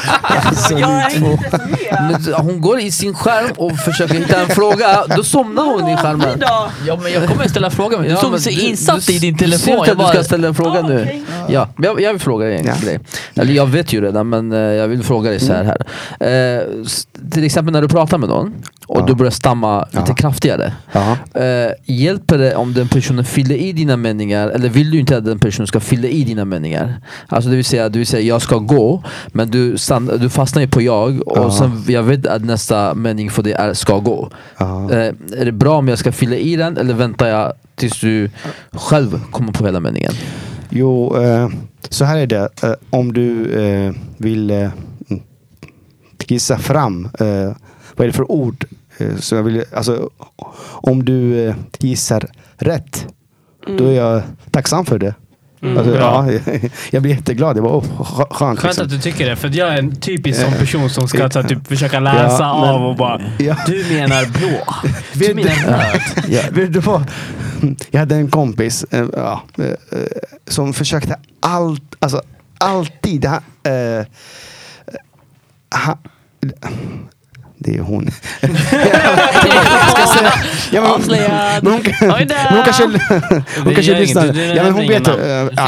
jävla... Hon går i sin skärm och försöker hitta en fråga. Då somnar hon i skärmen. Ja, men jag kommer ställa frågan. Men du som så insatt i din telefon. Jag att du ska ställa en fråga nu. Okay. Ja, men jag vill fråga dig en grej. Eller jag vet ju redan, men jag vill fråga dig så här. Till exempel när du pratar med någon och du börjar stamma lite kraftigare. Hjälper det om den personen fyller i dina meningar, eller vill du inte att den personen ska fylla i dina meningar? Alltså det vill säga jag ska gå, men du fastnar ju på jag, och sen jag vet att nästa mening för det är ska gå. Är det bra om jag ska fylla i den, eller väntar jag tills du själv kommer på hela meningen? Jo, så här är det. Om du vill gissa fram vad är det för ord, så jag vill, alltså, om du gissar rätt, då är jag tacksam för det. Alltså, jag blir jätteglad. Det var skönt. Skönt att du tycker det, för jag är en typisk sån person som ska typ försöka läsa av och bara du menar blå. Du menar röd. Jag hade en kompis som försökte alltid det är hon. Hon kanske lyssnar. Ja, men hon vet.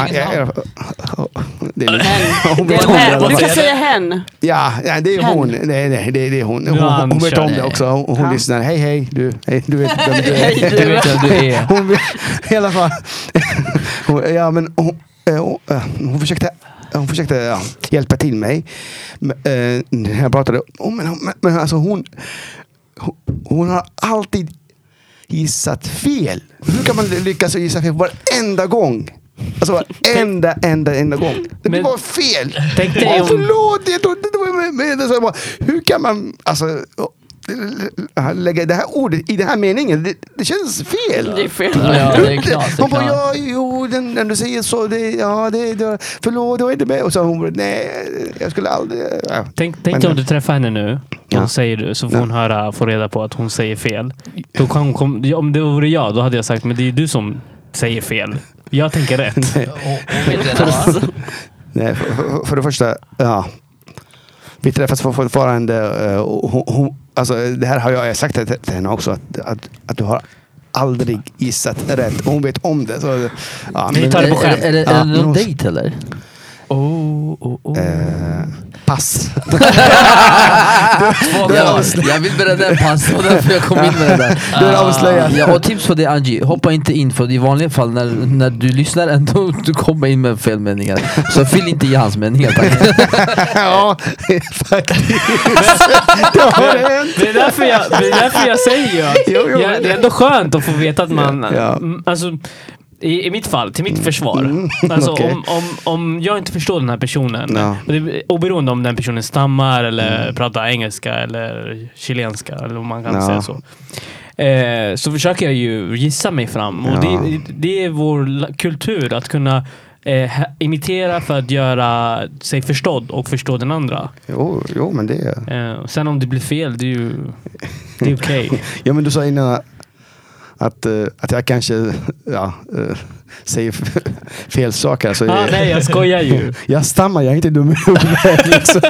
Hon vet om det. Du kan säga hen. Ja, det är hon. Det är hon. Hon vet om det också. Hon lyssnar. Hej. Du vet vem du är. Du vet vem du är. Hon vet, i alla fall. Ja, men hon försökte hjälpa till mig när jag pratade. Men alltså hon har alltid gissat fel. Hur kan man lyckas gissa fel varenda gång? Alltså varenda gång. Det blir bara fel. Förlåt, det var med. Hur kan man lägga det här ordet i den här meningen? Det känns fel. Det är fel. Ja, det är knasigt. Hon bara, när du säger så, förlåt, då är det med. Och så hon bara, nej, jag skulle aldrig. Ja. Tänk dig om du träffar henne nu och säger du, så får hon få reda på att hon säger fel. Då kan hon, om det vore jag, då hade jag sagt, men det är du som säger fel. Jag tänker rätt. Nej, för det första, vi träffas fortfarande. Alltså, det här har jag sagt till henne också, att du har aldrig gissat rätt. Hon vet om det. Så, men tar det på skämt. Är det någon dejt eller? Pass. Jag vill berätta en pass och därför jag kom in med det där. Du är avslöjad. Ja, och tips för det, Angie, hoppa inte in, för i vanliga fall när du lyssnar ändå du kommer in med fel meningar. Så fyll inte i hans meningar, tack. Ja, faktiskt. Det är därför jag säger det är ändå skönt att få veta att man alltså i mitt fall, till mitt försvar. Alltså okay. om jag inte förstår den här personen, oberoende om den personen stammar eller pratar engelska eller chilenska eller vad man kan säga så försöker jag ju gissa mig fram. Och det är vår kultur att kunna imitera för att göra sig förstådd och förstå den andra. Jo, men det är... Sen om det blir fel, det är okej. Ja, men du sa innan att jag kanske säger fel saker. Alltså, nej, jag skojar ju. Jag stammar, jag är inte dum i huvudet. Liksom.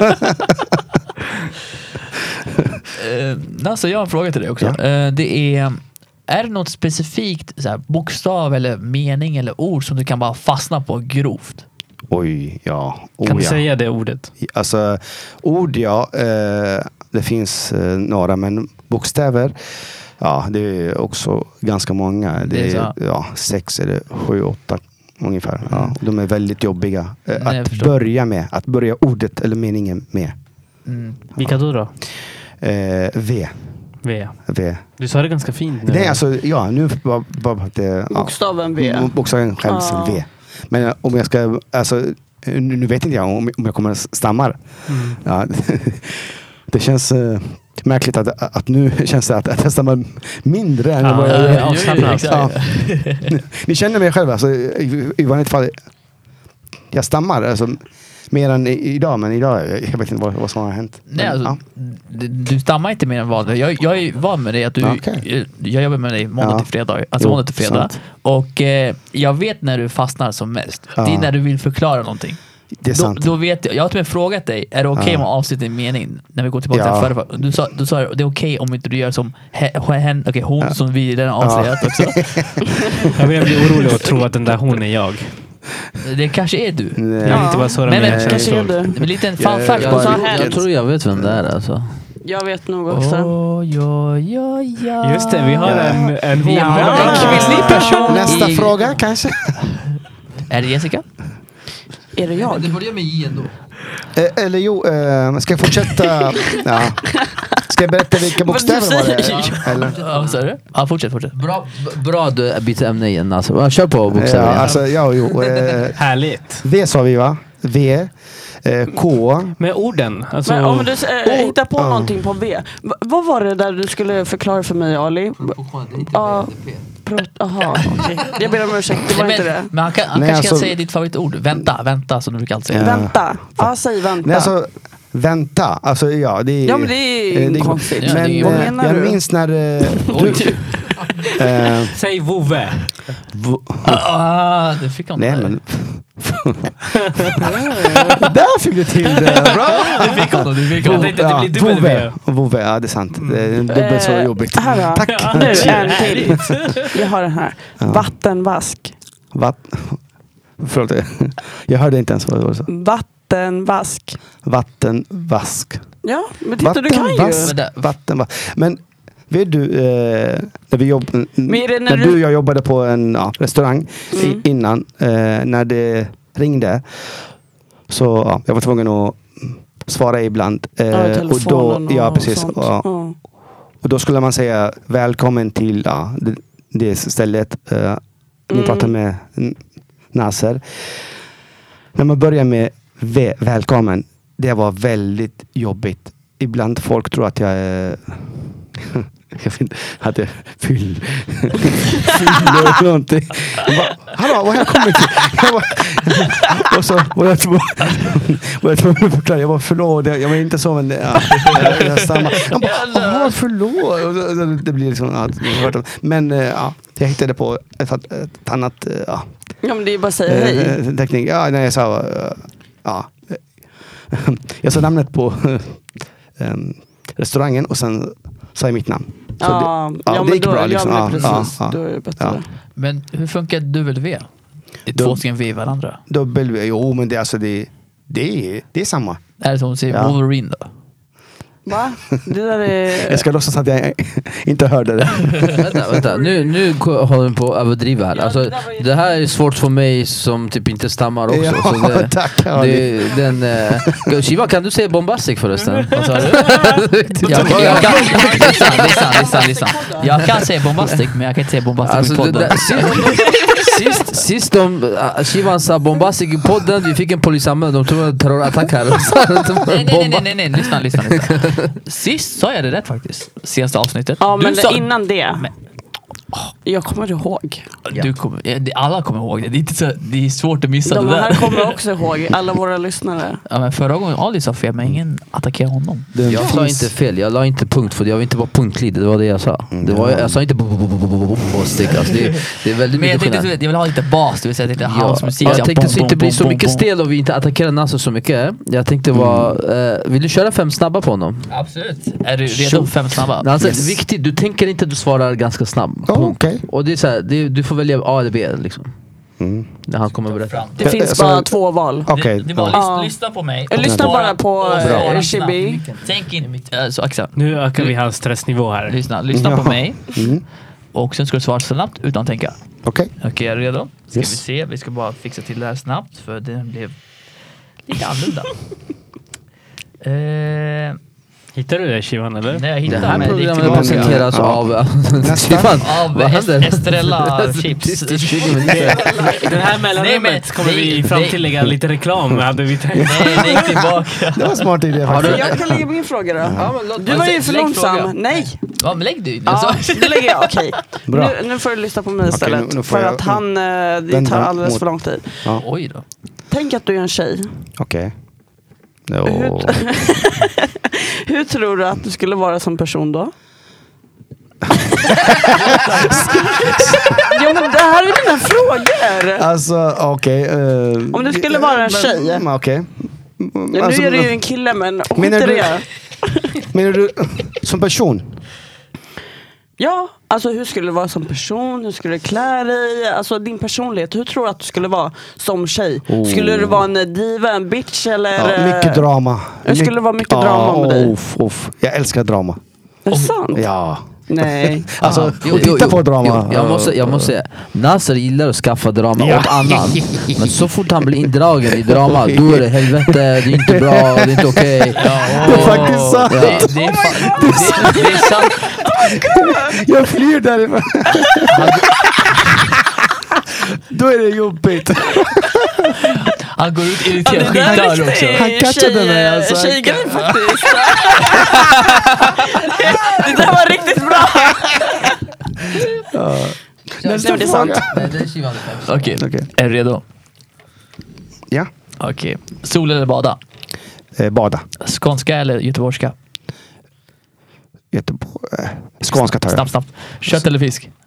Alltså, jag har en fråga till dig också. Ja. Det är det något specifikt så här, bokstav eller mening eller ord som du kan bara fastna på grovt? Oj, ja. Kan du säga det ordet? Alltså, ord, det finns några, men bokstäver, det är också ganska många. Det är 6 eller 7, 8 ungefär. Ja, de är väldigt jobbiga att börja med. Att börja ordet eller meningen med. Vilka då? V. Du sa det ganska fint nu. Nej, alltså, nu bara det... Bokstaven V. Bokstaven själv V. Men om jag ska... Alltså, nu vet inte jag om jag kommer att stamma. Ja, det känns... märkligt att nu känns det att jag stammar mindre än vad jag gör. Ni känner mig själva, alltså, i vanligt fall jag stammar alltså, mer än idag, men idag jag vet inte vad som har hänt. Nej, alltså, du stammar inte mer än vad jag är van med dig att jag jobbar med dig måndag till fredag, alltså måndag till fredag. Sant. Och jag vet när du fastnar som mest. Det är när du vill förklara någonting. Det är sant. Då vet jag har till och med frågat dig, är det okej om man avslutar en mening när vi går tillbaka till förra? Du sa det är okej om inte du gör som hon som vi redan avslöjat också. Jag blir orolig och tro att den där hon är jag. Det kanske är du. Jag vet inte vad så men kanske är du. En liten fun fact. Jag tror jag vet vem det är alltså. Jag vet nog också. Just det, vi har en kvinnlig person. Nästa fråga kanske. Är det Jessica? Är det jag? Det börjar med J ändå. Eller ska jag fortsätta? Ska jag berätta vilka bokstäver var det? Eller? Ja, vad sa du? Ja, fortsätt. Bra du byter ämne igen alltså. Kör på bokstäver. Alltså, härligt. V sa vi, va? V. K. Med orden. Alltså... Men om du hittar på någonting på V. Vad var det där du skulle förklara för mig, Ali? Aha, okej. Jag ber om ursäkt, det var inte det. Men han kanske kan säga ditt favoritord. Vänta, som du brukar alltid säga. Vänta. Säg vänta. Nej, alltså, vänta. Alltså, det är... Ja, men det är konstigt. Men jag minns när... Säg vove. Det fick han. Nej, men... Där fick du till det. Bra. Det fick han. Jag tänkte att det blir dubbel V. Vove, ja det är sant. Det är dubbelt så jobbigt. Här då. Tack. Nu en till. Jag har den här. Vattenvask. Förlåt, jag hörde inte ens vad det var så. Vattenvask. Vattenvask. Ja, men titta du kan ju. Vattenvask. Men vet du, när du och jag jobbade på en restaurang innan, när det ringde, så jag var tvungen att svara ibland. Och då, precis. Och då skulle man säga välkommen till det stället. Ni pratar med Nasser. När man börjar med välkommen, det var väldigt jobbigt. Ibland folk tror att jag är hade fyll eller någonting. Hallå, vad har jag kommit till? Och så var jag tvungen att förklara. Jag var förlåt. Jag var inte så, men jag stammade. Han bara, förlåt. Det blir liksom, men jag hittade på ett annat ja, men det är bara att säga hej. Teknik. Ja, när jag sa jag sa namnet på restaurangen och sen sa jag mitt namn. Så det gick bra liksom. Då är det bättre. Men hur funkar W? Det är två stycken V i varandra. W, jo men det är samma. Är det som att säga Wolverine då? Va? Det där är... Jag ska låtsas att jag inte hörde det. Vänta. Nu håller vi på att överdriva här. Alltså, det här är svårt för mig som typ inte stammar också. Ja, så det, tack. Shiva, kan du säga bombastic förresten? Vad sa du? Lyssna. Jag kan säga bombastic, men jag kan inte säga bombastic alltså, i podden. Sist Shivan sa bombastic i podden, vi fick en polisanmälan, de tog en terrorattack här. Nej, lyssna. Sist sa jag det rätt faktiskt. Senaste avsnittet. Ja, men innan det. Jag kommer ihåg. Alla kommer ihåg det. Det är, inte så, det är svårt att missa det där. De här kommer också ihåg, alla våra lyssnare. Ja, men förra gången Ali sa fel, men ingen attackerade honom. Jag sa inte fel, jag la inte punkt för jag vill inte vara punktlig, det var det jag sa. Jag sa inte bombastic, alltså det är väldigt mycket skillnad. Jag vill ha lite bas, det vill säga lite housemusik. Jag tänkte så inte bli så mycket stel och vi inte attackerar Nasser så mycket. Jag tänkte vill du köra 5 snabba på honom? Absolut. Är du redo 5 snabba? Alltså, yes. Viktigt, du tänker inte att du svarar ganska snabbt. Okay. Och det är så här, du får välja A eller B liksom. När han kommer berätta. Det finns bara 2 val. Okay. Det bara lyssna på mig. Lyssna bara på Shibi. Tänk inte så Axel. Nu ökar vi hans stressnivå här. Lyssna på mig. Och sen ska du svara snabbt utan att tänka. Okej, är du redo? Ska vi se, vi ska bara fixa till det här snabbt för det blev lite annorlunda. Hittar du det, Shivan, eller? Nej, jag hittar det här programmet presenteras av Estrella Chips. Den här mellanrummet kommer vi framtillägga lite reklam, hade vi tänkt. Nej, gick tillbaka. det var smart idé faktiskt. Jag kan lägga min fråga då. Du var ju för långsam. Nej. Ja, men lägg du. Ja, nu lägger jag. Okej. Nu får du lyssna på mig istället. För att det tar alldeles för lång tid. Oj då. Tänk att du är en tjej. Okej. Hur tror du att du skulle vara som person då? Jo, men det här är dina frågor. Alltså, okej. Om du skulle vara en tjej. Okej. Nu är du ju en kille, men inte det. Menar du som person? Ja, alltså hur skulle du vara som person? Hur skulle du klä dig? Alltså din personlighet, hur tror du att du skulle vara som tjej? Skulle du vara en diva, en bitch eller? Ja, mycket drama. Hur skulle det vara mycket drama med dig? Jag älskar drama. Är det sant? Ja. Nej. Alltså, titta på drama. Jag måste säga, Nasser gillar att skaffa drama åt annan. Men så fort han blir indragen i drama, då är det helvete, det är inte bra, det är inte okej. Det är faktiskt sant. Det är sant. Jag flyr därifrån. Då är det jobbigt. Han går ut irriterad skitdör också. Han catchade mig alltså. Tjejgrej faktiskt. Det där var riktigt bra. Nästa det är sant. Okej. Är du redo? Ja. Okej. Sol eller bada? Bada. Skånska eller göteborgska? Skånska tar jag. Snabbt. Kött eller fisk?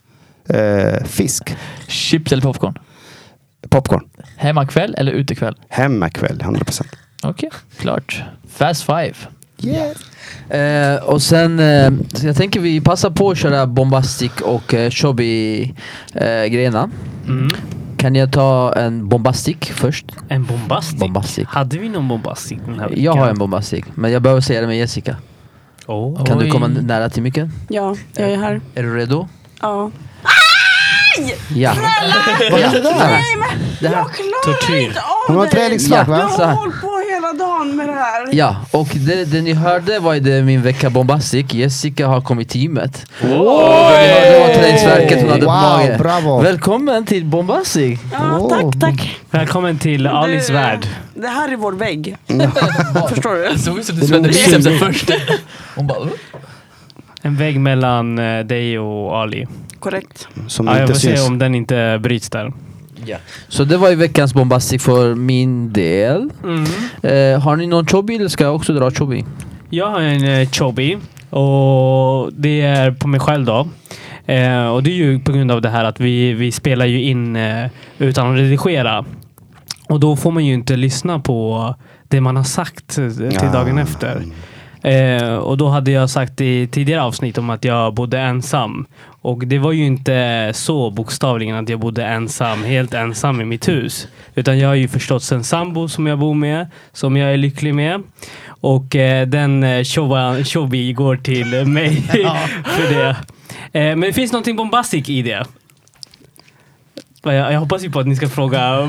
Fisk. Chips eller popcorn? Popcorn. Hemmakväll eller utekväll? Hemmakväll, 100%. Okej, klart. Fast five. Yeah. Och sen jag tänker vi passar på att köra bombastic och chubby grejerna. Kan jag ta en bombastic först? En bombastic? Bombastic. Hade vi någon bombastic den här veckan? Jag har en bombastic, men jag behöver säga det med Jessica. Kan du komma nära till micken? Ja, jag är här. Är du redo? Ja. Ja. Vad är det där? Nej, men Det här. jag klarar Tortyr. inte Hon av har det. träningsvärk, va? Jag Så här. har hållit på hela dagen med det här. Ja, och det ni hörde var det min vecka bombastic. Jessica har kommit till gymmet. Det var träningsverket hon hade på magen. Bravo. Välkommen till bombastic. Ja, tack. Välkommen till Alis värld. Det här är vår vägg. Förstår du? Det såg ut som du spände bicepsen först. Hon bara... En vägg mellan dig och Ali. Korrekt. Som Ja, jag inte får se syns. om den inte bryts där. Så det var ju veckans bombastic för min del. Har ni någon chobby eller ska jag också dra chobby? Jag har en chobby och det är på mig själv då. Och det är ju på grund av det här att vi spelar ju in utan att redigera. Och då får man ju inte lyssna på det man har sagt till dagen efter. Och då hade jag sagt i tidigare avsnitt om att jag bodde ensam. Och det var ju inte så bokstavligen att jag bodde ensam, helt ensam i mitt hus. Utan jag har ju förstått en sambo som jag bor med, som jag är lycklig med. Och den chobby går till mig för det. Men det finns någonting bombastic i det. Jag hoppas ju på att ni ska fråga.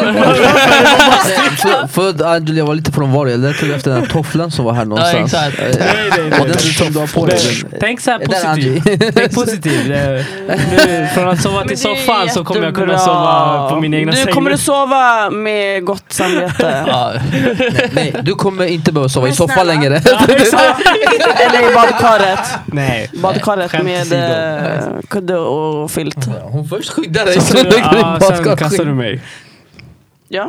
För Angel, jag var lite frånvarig. Jag letade efter den här tofflan som var här någonstans. Ja, exakt. Och den som du har på dig. Tänk så här Är det positivt. Tänk positivt. Nu, från att sova till soffan så kommer jag kunna sova på min egna säng. Du kommer att sova med gott samvete. Nej, du kommer inte behöva sova i soffan längre. Eller i badkaret. Nej. Badkaret Skämt med åsido. kudde och filt. Hon först skyddar dig. Sen kastar du mig. Ja.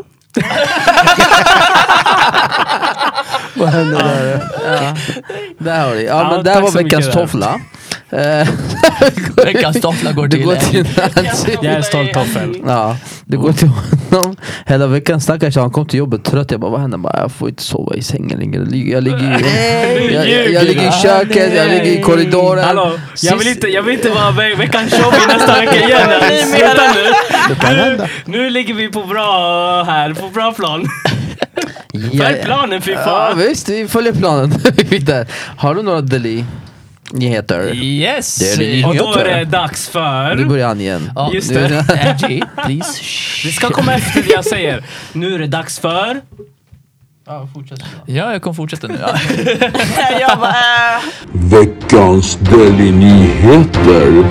Vad händer där? Där har du. Ja, Ja, men där tack var så veckans mycket där. toffla. Veckans toffla går Det till... går till Nancy. Jag är stolt toffel. Ja, det går till honom. Hela veckan stackars, han kom till jobbet trött. Jag bara, vad händer? Jag får inte sova i sängen längre. Jag ligger i köket, jag ligger i korridoren. Hallå, jag vill inte vara veckans show i nästa vecka igen. Sluta nu. Nu ligger vi på bra plan. Följ planen, fy Ja, fan. visst, vi följer planen. Har du några nyheter? Yes! Och då är det dags Nu för... börjar han igen. Ja, Just Nu- det. Angie, please. Det ska komma efter det jag säger. Nu är det dags för... Ja, jag kommer fortsätta nu. Ja. Jag bara, Veckans Deli-nyheter.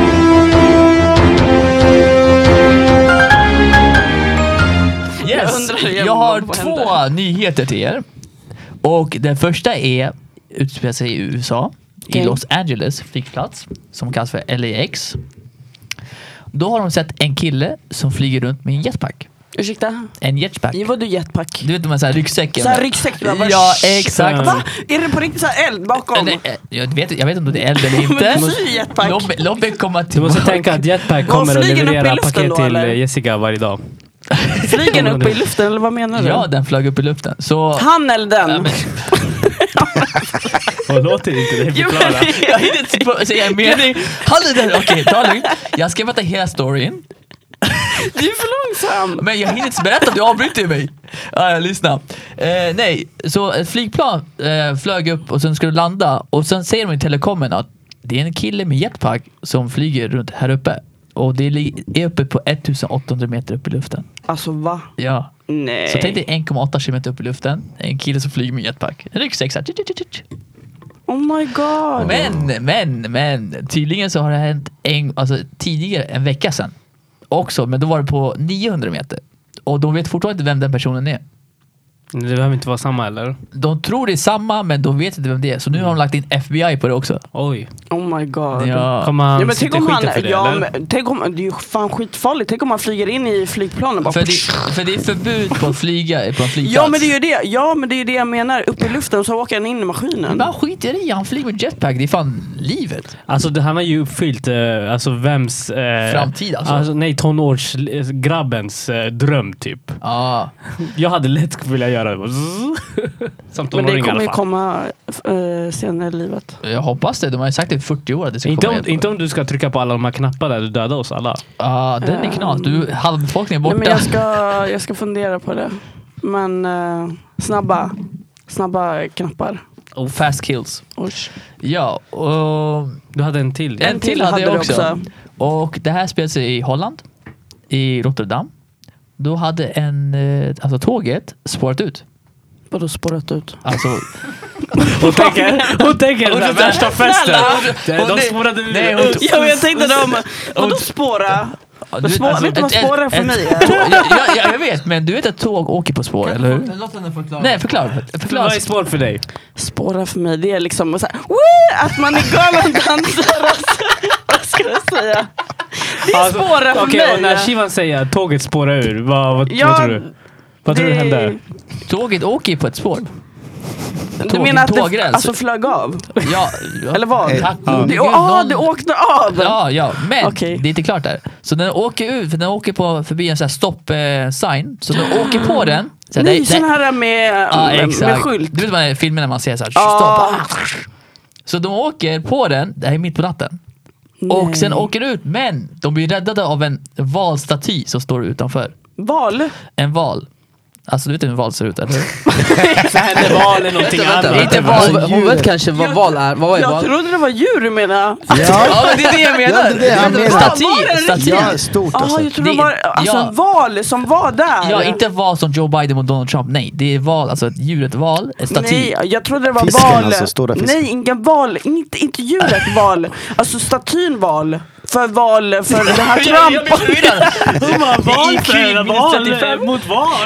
Yes. Jag har 2 nyheter till er. Och den första utspelar sig i USA. I Los Angeles flygplats. Som kallas för LAX. Då har de sett en kille som flyger runt med en jetpack. ursäkta? En jetpack. Vad du jetpack? Du vet de här ryggsäcken. Så här ryggsäck, du bara, Ja, exakt. Va? Är det på riktigt så här eld bakom? Jag vet inte om det är eld eller inte. Men du jetpack. Låt mig komma Du till. måste tänka att Jetpack Vad kommer att flyger den upp i leverera luften paket då, till eller? Jessica varje dag. Flyger den upp i luften eller vad menar du? Ja, den flög upp i luften. Så... Han eller den? Ja, men- Och låter inte det förklara. Jag hinner inte säga en mening. Okej, ta lugnt. Jag ska berätta hela storyn. Du är för långsam. Men jag hinner inte berätta, du avbryter mig. Lyssna. Nej, så ett flygplan flög upp och sen skulle landa. Och sen säger de i telekommen att det är en kille med jetpack som flyger runt här uppe. Och det är uppe på 1800 meter upp i luften. Alltså va? Ja. Nej. Så tänk dig 1,8 kilometer upp i luften. En kille som flyger med jetpack. En ryggsäck så här. Oh my god. Men tydligen så har det hänt tidigare, en vecka sedan också, men då var det på 900 meter och de vet fortfarande inte vem den personen är. Det behöver inte vara samma, eller? De tror det är samma, men de vet inte vem det är. Så nu har de lagt in FBI på det också. Oj. Oh my god. Ja. Kommer han men sitta skiten för det, eller? men tänk om, det är ju fan skitfarligt. Tänk om man flyger in i flygplanen bara. För det är förbud på att flyga på en flygplats. Ja men det är ju det. Ja men det är ju det jag menar. Uppe i luften så åker han in i maskinen. Men skit i det, han flyger med jetpack. Det är fan livet. Alltså han har ju uppfyllt alltså vems framtid alltså. Nej, tonårsgrabbens dröm typ. Ja. Jag hade lätt vilja göra det. Som Men det tonåring i kommer alla ju fall. komma senare i livet. Jag hoppas det. De har ju sagt det i 40 år att det ska komma. Inte om du ska trycka på alla de här knapparna där du dödar oss alla. Ja, den är knas. Halva befolkningen är borta. Nej, men jag ska fundera på det. Men snabba knappar. Och fast kills. Oj. Ja, och Du hade en till. en till hade jag du också. Och det här spelar sig i Holland, i Rotterdam. Då hade tåget spårat ut. Vadå spårat ut? Alltså, Hon tänker den där värsta festen. De spårade ut. Nej, Jag tänkte vadå spåra? Vet du vad spårar för mig är? Jag vet, men du vet att tåg åker på spår, eller hur? Låt henne förklara. Nej, förklara. Vad är spår för dig? Spåra för mig, det är liksom så här, att man är galen dansare. Vad ska jag säga? Det är spåra för Okej, och när mig. Shivan säger att tåget spårar ur, vad tror du? Vad tror du hände? Tåget åker på ett spår. Du menar att det alltså flög av? Ja. Eller vad? Tack. Det åkte av! Ja, men Okej. det är inte klart där. Så den åker ut, för den åker förbi en sån här stopp-sign. Så den åker på den. Så Nej, sån här med skylt. Du vet vad det är i filmen när man ser så här, stopp. Så de åker på den, det här är mitt på natten. Och sen åker ut, men de blir räddade av en valstaty som står utanför. Val? En val. Alltså du vet hur en val ser ut, eller hur? Så hände val eller någonting annat. Inte val. Hon vet kanske vad val är. Vad är Jag val? trodde det var djur du menade. Ja, men det är det jag menar. Ja, det är det han menar. Staty. Ja, stort alltså. Jag trodde det var en val som var där. Ja, inte val som Joe Biden och Donald Trump. Nej, det är val, alltså djuret val, en staty. Nej, jag trodde det var Fisken, val. alltså, stora fisken. Nej, ingen val. Inte djuret val. Alltså statyn val. För det här Trump. Hon var val för 35. val mot val.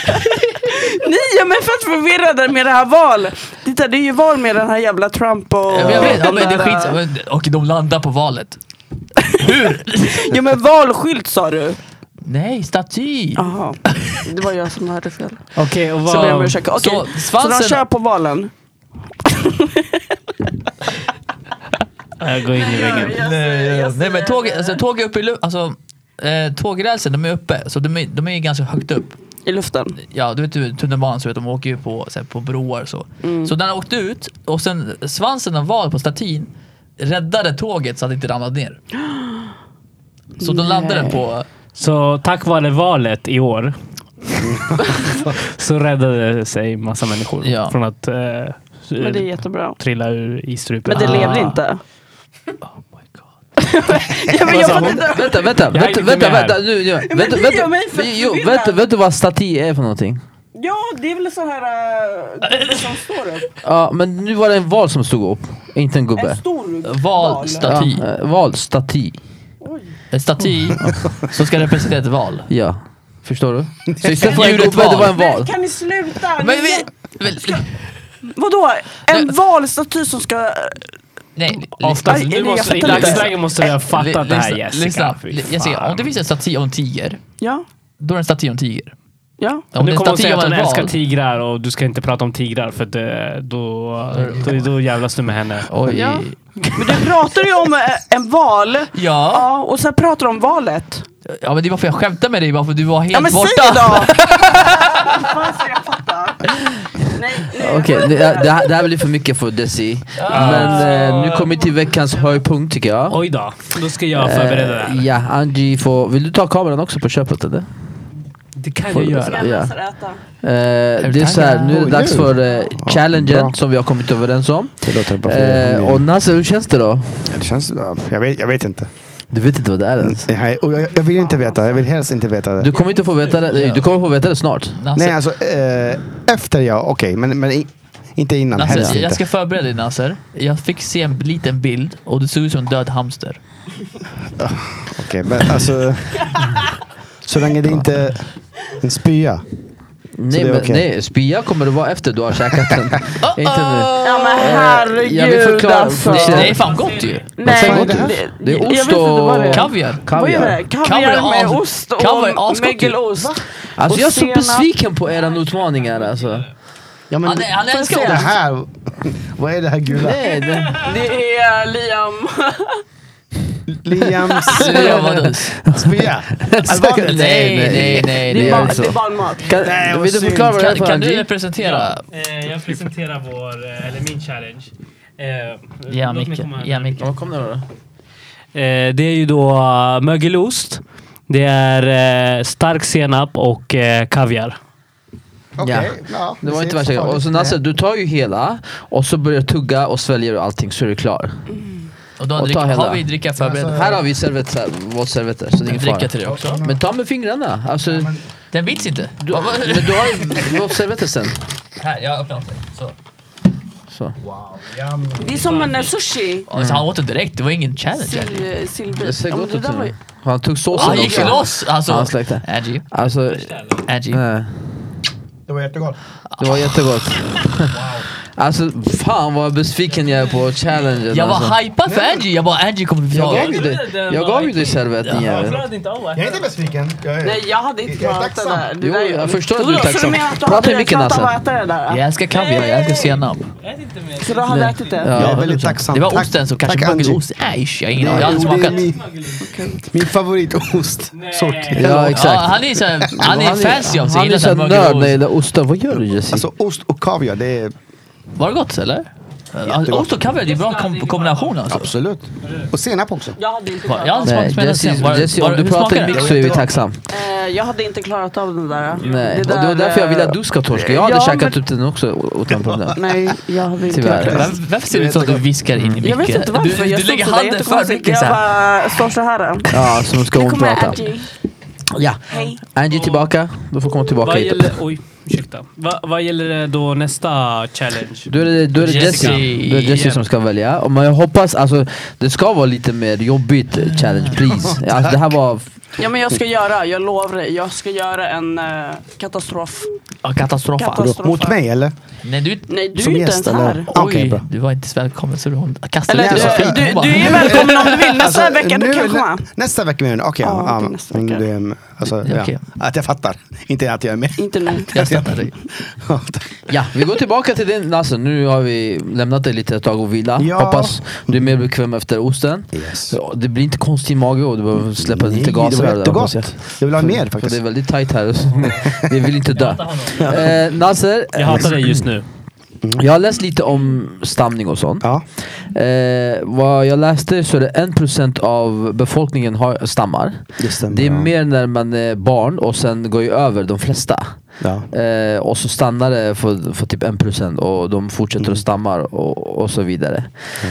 Nej, jag är fett förvirrad med det här val. Titta, det är ju val med den här jävla Trump och... Jag vet, den men det är där, skit. Och de landar på valet. Ja, men valskylt sa du. Nej, staty. Jaha, det var jag som hörde fel. Okej, och Så ber jag om vad... ursäkt. Okej, Så så de svansen- kör på valen. Jag går in i väggen. Nej, men tåg är uppe i tågrälsen, de är uppe. Så de är ganska högt upp. I luften. Ja, du vet hur tunnelbanan så vet de åker ju på broar så. Så den åkte ut och sen svansen av val på statyn räddade tåget så att det inte ramlade ner. Så de landade på... Så tack vare valet i år så räddade sig massa människor från att Men det är jättebra. trilla ur isstrupen. Men det levde inte. Oh my god. Ja, men jag fattar inte. Vänta. Vet du vad staty är för någonting? Ja, det är väl så här det som står upp. Ja, men nu var det en val som stod upp, inte en gubbe. En stor Valstaty. Valstaty. En staty som ska representera ett val. Ja. Förstår du? Så istället för en Djuret gubbe, det var en Men val. kan ni sluta? Men Vadå? En valstaty som ska... nej, Aj, Nu jag måste, fattar I inte. dagsläget måste jag ha fattat det här, Jessica. Lyssna, Fy Jessica, fan. om det finns en staty av en tiger, Ja, då är det en staty av en tiger. ja. Om Nu det är en kommer hon staty säga av att hon en älskar val. tigrar och du ska inte prata om tigrar för då jävlas du med henne. Oj. Ja. Men du pratar ju om en val. Ja. Ja, och sen pratar du om valet. Ja, men det var för jag skämtade med dig, bara för du var helt Ja, men borta. säg då! Fan, så jag fattar. Nej. Okej, det här blir för mycket för Desi. Men nu kommer vi till veckans höjdpunkt tycker jag. Oj då ska jag förbereda det här. Ja, Angie vill du ta kameran också på köpet eller? Det kan jag göra. Ja. Det är så här, nu är det dags för challengen som vi har kommit överens om. Det låter bara för Och Nasser, hur känns det då? det känns... Jag vet inte. Du vet inte vad det är ens. Jag vill inte veta. Jag vill helst inte veta det. Du kommer inte få veta det. Du kommer få veta det snart. Nej, alltså efter okej, men inte innan. Helst Nasser, inte. jag ska förbereda dig, Nasser. Jag fick se en liten bild och det såg ut som en död hamster. Okej, men alltså... så länge det inte är en spya. Nej, men nej, spya kommer det vara efter du har käkat den. Inte nu. Ja men herregud. Jag vill förklara. Alltså. Det är fan gott ju. Nej, det är ost och kaviar. Vad är det? Kaviar med ost och mögelost. Alltså jag är så besviken på era utmaningar alltså. Ja, men Han älskar det här. Vad är det här gula? Nej, Det är Liam. Liams spya. Nej. Det är bara mat. Vill du förklara vad det är för Kan du Angie? representera? Jag presenterar min challenge. Ja, Micke. Vad kom det då? Det är ju då mögelost. Det är stark senap och kaviar. Okej, ja. Det var inte värsta. Och så Nasser, du tar ju hela och så börjar tugga och sväljer och allting så är du klar. Och då Och ta hela. har vi dricka förberedd. Här har vi servetter så det är ingen fara. Dricka till det också. Men ta med fingrarna. Alltså, Den bits inte. men du har servetter sen. Här, jag öppnar sig. Så. Så. Det är som en sushi. Så han åt det direkt. Det var ingen challenge. Det ser gott ut nu. Han tog såsen Han gick också. loss. Alltså, Han släckte. Angie. Alltså, Det var jättegott. det var jättegott. Alltså fan vad besviken jag är på challengen. Jag var alltså. hypad för Angie. Jag bara, Angie kommer bli Jag gav ju dig servetten jävel. Jag är inte besviken. Nej, jag hade inte klarat det där. Jo, jag förstår att du är Så tacksam. du menar att du Prata hade i micken klarat av alltså. att äta det där? Jag älskar kaviar, jag älskar senap. Så du hade ätit det? Jag är väldigt tacksam. Det var osten som kanske mögelost. Jag har ingen aning. Jag har aldrig smakat. Min favoritost. Sort. Ja exakt. Ja, han är så han är fancy av sig. Han är så nörd när det gäller ostar. Vad gör du Jesse? Alltså ost och kaviar, det är Var det gott eller? Ost och kaviar, det är bra kombination alltså. absolut. Och senap också. Jag hade inte Jag har klarat aldrig Nej, smakat med Jesse, om du pratar i mix så är vi tacksam. Jag hade inte klarat av den där. Nej, och det var därför jag ville att du ska torska. Jag hade Ja, käkat men- upp den också utan problem. Nej, jag hade inte Tyvärr. gjort det. Varför ser det ut som att du viskar in i micken? Jag vet inte varför. Du lägger stod handen för jättekonstigt. mycket så Jag här. bara står så här. Ja, som ska Nu hon kommer prata. Angie. Ja, Hej. Angie tillbaka. Du får komma tillbaka Vad hit. gäller, ursäkta. Vad gäller då nästa challenge? Då är det Jessica. Jesse som ska välja. Och jag hoppas, alltså det ska vara lite mer jobbigt challenge, please. Alltså, det här var... Ja men jag lovar dig, jag ska göra en katastrof. Ja, katastrof. Mot mig eller? Nej, du Nej, du är Som inte gäst, ens här. eller? Okej, Oj, bra. du var inte så välkommen så hon kastade Eller ut dig så fint. du är välkommen om du vill. Nästa vecka du kan komma. Nästa vecka menar du? Okej, Ja, ja, okej, nästa vecka. alltså, Ja, okej. att jag fattar. Inte att jag är med. Inte nu. Jag stöttar dig. Ja, vi går tillbaka till din Nasser. Nu har vi lämnat dig lite ett tag och vila. Ja. Hoppas du är mer bekväm efter osten. Yes. Ja, det blir inte konstig mage och du behöver släppa lite gaser. det var där, hoppas jättegott. jag. Jag vill ha mer För faktiskt. det är väldigt tajt här. Vi vill inte dö. Nasser, Jag hatar dig just nu. jag har läst lite om stamning och sånt. Ja. Vad jag läste så är det 1% av befolkningen stammar. Det stämmer. Det är mer när man är barn och sen går ju över de flesta. Ja. Och så stannar det för typ 1% och de fortsätter att stamma och så vidare.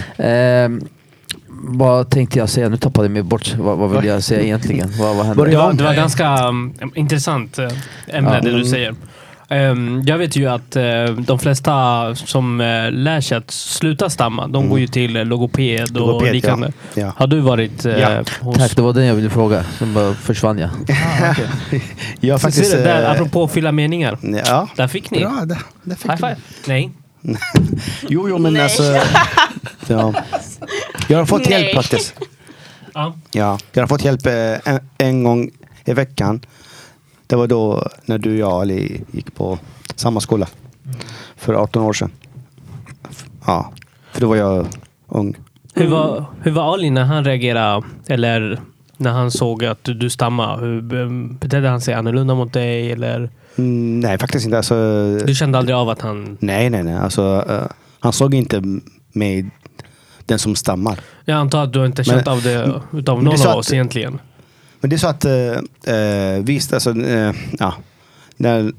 Vad tänkte jag säga? Nu tappade jag mig bort. Vad vill jag säga egentligen? Vad hände? Det var ganska intressant ämne det du säger. Jag vet ju att de flesta som lär sig att sluta stamma, de går ju till logoped och Logoped, liknande. ja. Har du varit hos... Tack, det var den jag ville fråga. Sen bara försvann jag. Jag har faktiskt... Ser du, där, apropå att fylla meningar. Ja. Där fick ni. Bra, där fick High du. five. Nej. Jo, men alltså... Ja. Jag har fått hjälp faktiskt. Ja. Ja, jag har fått hjälp en gång i veckan. Det var då när du och jag Ali gick på samma skola. För 18 år sedan. Ja, för då var jag ung. Hur var Ali när han reagerade, eller när han såg att du stammade? Hur betedde han sig annorlunda mot dig? Eller? Nej, faktiskt inte. Alltså, Du kände aldrig av att han... nej. Alltså, han såg inte mig, den som stammar. Jag antar att du inte känt av det utav någon av oss egentligen. Men det är så att visst, alltså, ja. När,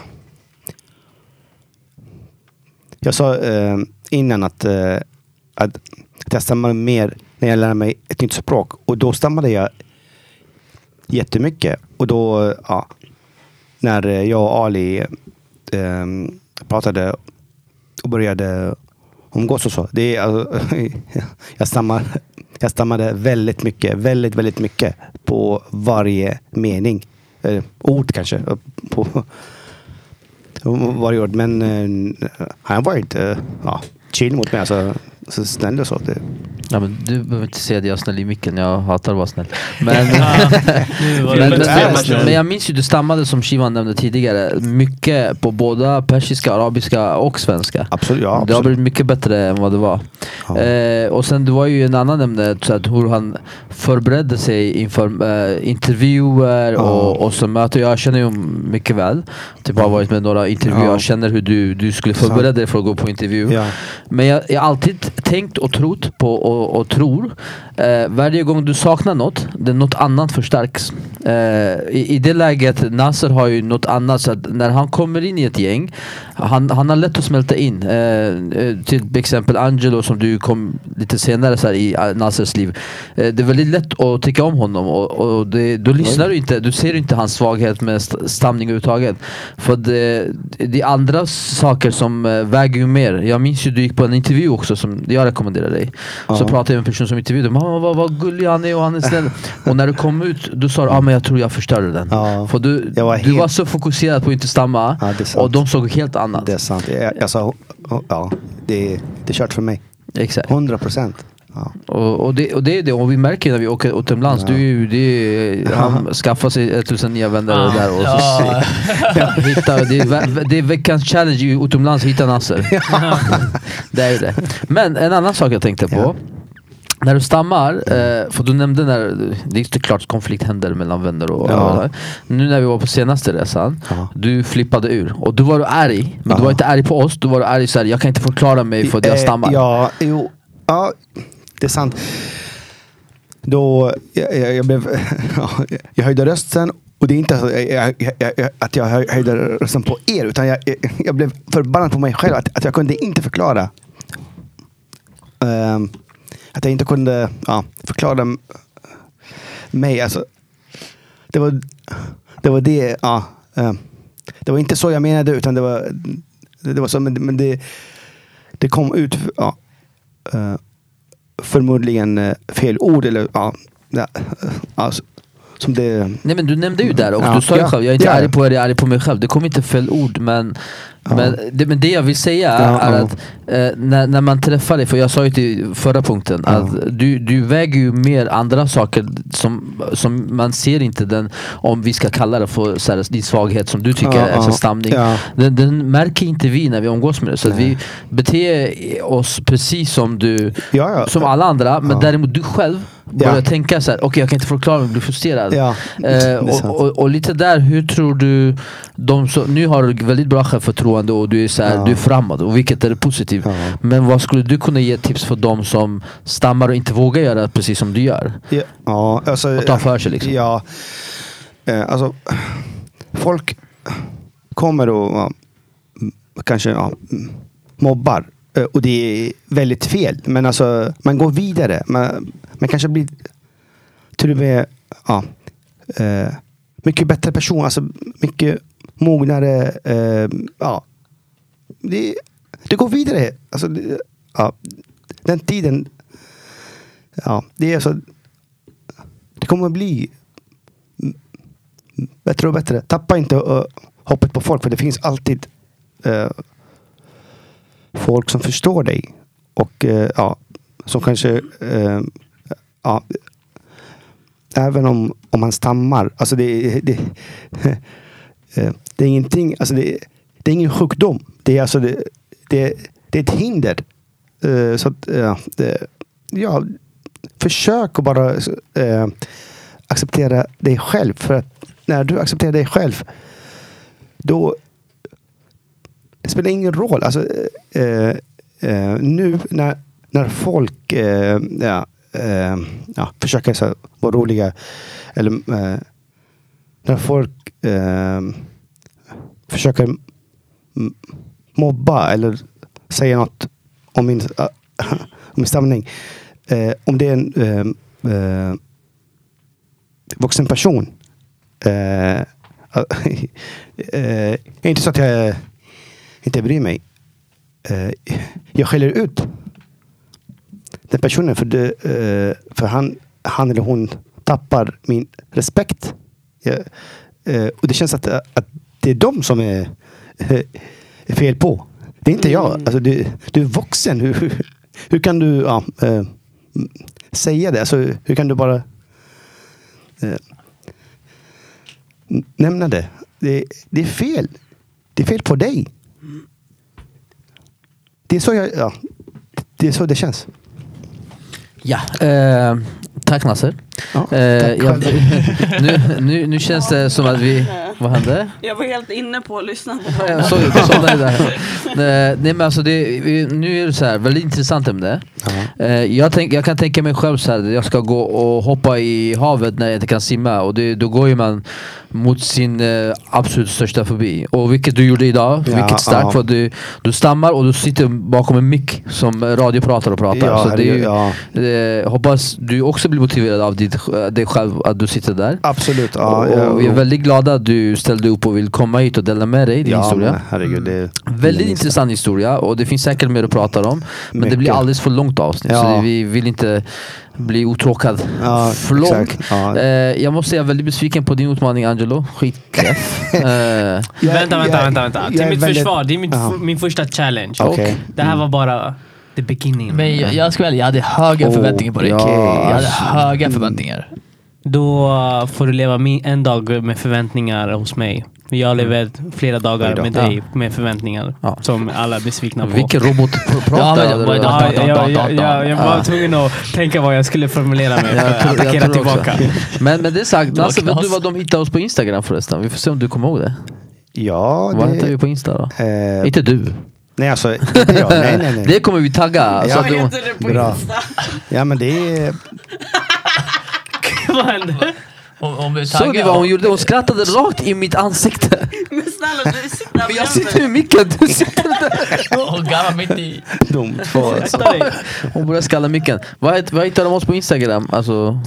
jag sa innan att jag stammar mer när jag lär mig ett nytt språk. Och då stammade jag jättemycket. Och då, ja, när jag och Ali pratade och började umgås och så. Det är, alltså, jag stammade väldigt mycket. Väldigt mycket på varje mening. Ord kanske. varje år. Men han har varit chill mot mig. Alltså, så snäll och så. Ja, men du behöver inte säga att jag är snäll i micken. Jag hatar att vara snäll. Men, men jag minns ju, du stammade som Shivan nämnde tidigare mycket på båda persiska, arabiska och svenska. Absolut, ja, absolut. Det har blivit mycket bättre än vad det var. Och sen det var ju en annan ämne, så att hur han förberedde sig inför intervjuer och så möten. Jag känner ju mycket väl. Typ har varit med några intervjuer. Jag känner hur du skulle förbereda dig för att gå på intervju. Ja. Men jag har alltid tänkt och trott på och tror varje gång du saknar något, det något annat förstärks. I det läget, Nasser har ju något annat, så att när han kommer in i ett gäng, han har lätt att smälta in. Till exempel Angelo, som du kom lite senare så här, i Nassers liv. Det är väldigt lätt att tycka om honom och då lyssnar du inte, du ser inte hans svaghet med stamning överhuvudtaget. För det är andra saker som väger ju mer. Jag minns ju du gick på en intervju också som jag rekommenderar dig. Så pratade jag med en person som intervjuade. Vad gullig han är och han är snäll. Och när du kom ut, du sa men jag tror jag förstörde den. För du var så fokuserad på att inte stamma och de såg helt annat. Det är sant. Jag sa, det är kört för mig. Exakt. 100%. Ja. Och det är det. Och vi märker när vi åker utomlands, han skaffar sig 1000 nya vänner där och så det är veckans challenge utomlands, hitta Nasser. Det är det. Men en annan sak jag tänkte på. När du stammar, för du nämnde när det är inte klart konflikt händer mellan vänner och nu när vi var på senaste resan, du flippade ur och du var arg, men du var inte arg på oss, du var arg så här, jag kan inte förklara mig för att jag stammar. Ja, det är sant. Då jag blev jag höjde rösten, och det är inte att jag höjde rösten på er, utan jag blev förbannad på mig själv att jag kunde inte förklara. Att jag inte kunde förklara mig. Alltså, det var det. Det var inte så jag menade, utan det var så, men det kom ut förmodligen fel ord eller som det. Nej, men du nämnde ju där och du sa ju själv, jag är inte arg på er, jag är arg på mig själv. Det kom inte fel ord, men det jag vill säga är att när man träffar dig, för jag sa ju till förra punkten att du väger ju mer andra saker som man ser inte den, om vi ska kalla det för så här, din svaghet som du tycker är så stamning. Den märker inte vi när vi umgås med det, så att vi beter oss precis som du som alla andra, men däremot du själv börjar tänka så här, okej, jag kan inte förklara, jag blir frustrerad. Och lite där, hur tror du nu har du väldigt bra självförtroende och du är så här, du är framåt, och vilket är positivt. Men vad skulle du kunna ge tips för dem som stammar och inte vågar göra precis som du gör? Alltså, och ta för sig liksom. Alltså folk kommer och kanske mobbar, och det är väldigt fel, men alltså man går vidare, man kanske blir till och med mycket bättre person, alltså mycket mognare, det går vidare, alltså den tiden, det är så, det kommer att bli bättre och bättre. Tappa inte hoppet på folk, för det finns alltid folk som förstår dig och som kanske även om man stammar, alltså det är ingenting, alltså det är ingen sjukdom, det är alltså det är ett hinder, så att försök att bara acceptera dig själv, för att när du accepterar dig själv, då det spelar ingen roll, alltså nu när folk försöker så vara roliga, eller när folk försöker mobba eller säga något om min stamning, om det är en vuxen person, inte så att jag inte bryr mig, jag skäller ut den personen för han eller hon tappar min respekt, och det känns att det är de som är fel på. Det är inte jag. Alltså, du är vuxen. Hur kan du säga det? Alltså, hur kan du bara nämna det? Det är fel. Det är fel på dig. Det är så det är så det känns. Ja, tack Nasser. Ja, nu känns det som att vi... Vad hände? Jag var helt inne på att lyssna på Jag såg det där. Nej, men alltså nu är det så här, väldigt intressant ämne. Jag kan tänka mig själv så här, jag ska gå och hoppa i havet när jag inte kan simma, och då går ju man mot sin absolut största fobi. Och vilket du gjorde idag, vilket starkt, för du stammar och du sitter bakom en mick som radiopratar och pratar. Ja, så det är ju, hoppas du också blir motiverad av dig själv att du sitter där. Absolut. Och vi är väldigt glada att du ställde upp och vill komma hit och dela med dig din historia. Men, herregud, det är väldigt intressant historia, och det finns säkert mer att prata om. Men mycket. Det blir alldeles för långt avsnitt, så vi vill inte bli otråkad för långt. Jag måste säga, väldigt besviken på din utmaning, Angelo. Skitkräff. Vänta. Till mitt försvar, det är min första challenge. Okay. Det här var bara the beginning. Men jag ska väl, jag hade höga förväntningar på dig. Jag hade höga förväntningar. Då får du leva en dag med förväntningar hos mig. Jag lever flera dagar med dig med förväntningar som alla är besvikna på. Vilken robot pratar jag var tvungen att tänka vad jag skulle formulera mig för att attackera tillbaka. Men det är sagt, Lasse, vet du vad de hittar oss på Instagram förresten? Vi får se om du kommer ihåg det. Ja, vad heter vi på Insta då? Inte du. Nej, alltså, inte jag. Nej. Det kommer vi tagga. Jag heter det på Insta. Ja, men det är... Vad hände? Såg du vad hon gjorde? Hon skrattade rakt i mitt ansikte. Men snälla, du sitter där. Men jag sitter med micken, du sitter där. Och garvar mitt i. Hon börjar skalla micken. Vad hittar de oss på Instagram? Alltså...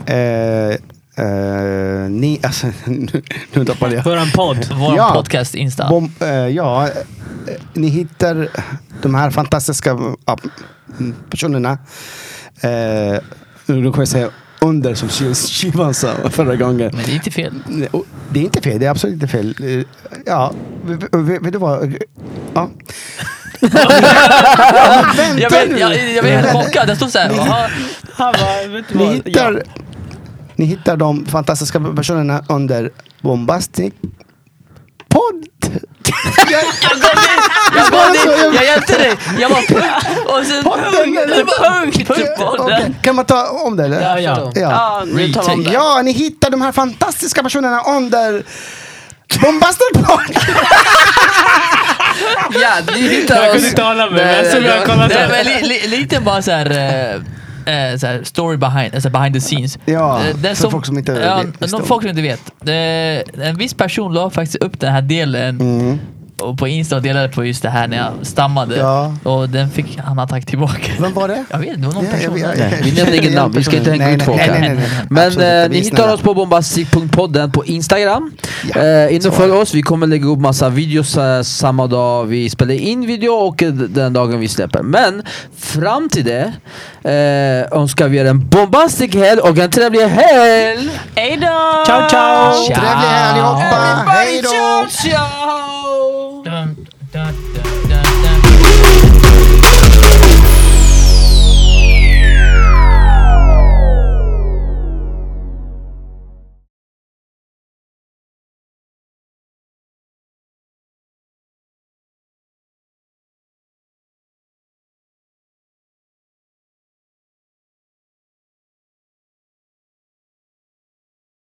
Ni, alltså, nu tappade jag. Våran podd. Våran podcast Insta. Ni hittar de här fantastiska personerna. Då kan jag säga under, som Shivan sa förra gången. Men det är inte fel. Det är inte fel, det är absolut inte fel. Ja, vet du vad? Ja. Jag blev helt chockad. Det stod så här. Ni hittar de fantastiska personerna under Bombastic Podd. Jag hjälpte dig. Jag var punkt. Och sen punkt. Okay. Kan man ta om det eller? Ja, nu tar man det. Ja, ni hittar de här fantastiska personerna under Bombastic Podd. Ja, ni hittar jag kunde inte hålla mig, men jag såg jag kollade. Lite bara så här story behind the scenes. Ja, för folk som inte vet. Folk som inte vet. En viss person la faktiskt upp den här delen och på Insta och delade på just det här när jag stammade. Ja. Och den fick han attack tillbaka. Vem var det? Jag vet, det var någon person. Vi nämner ingen namn, vi ska inte hänga ut folk här. Men ni hittar oss på bombastic.podden på Instagram. In och följ oss, vi kommer lägga upp massa videos samma dag vi spelar in video och den dagen vi släpper. Men fram till det önskar vi er en bombastic helg och en trevlig helg. Hej då! Ciao! Trevlig helg allihopa! Hej då! Ciao!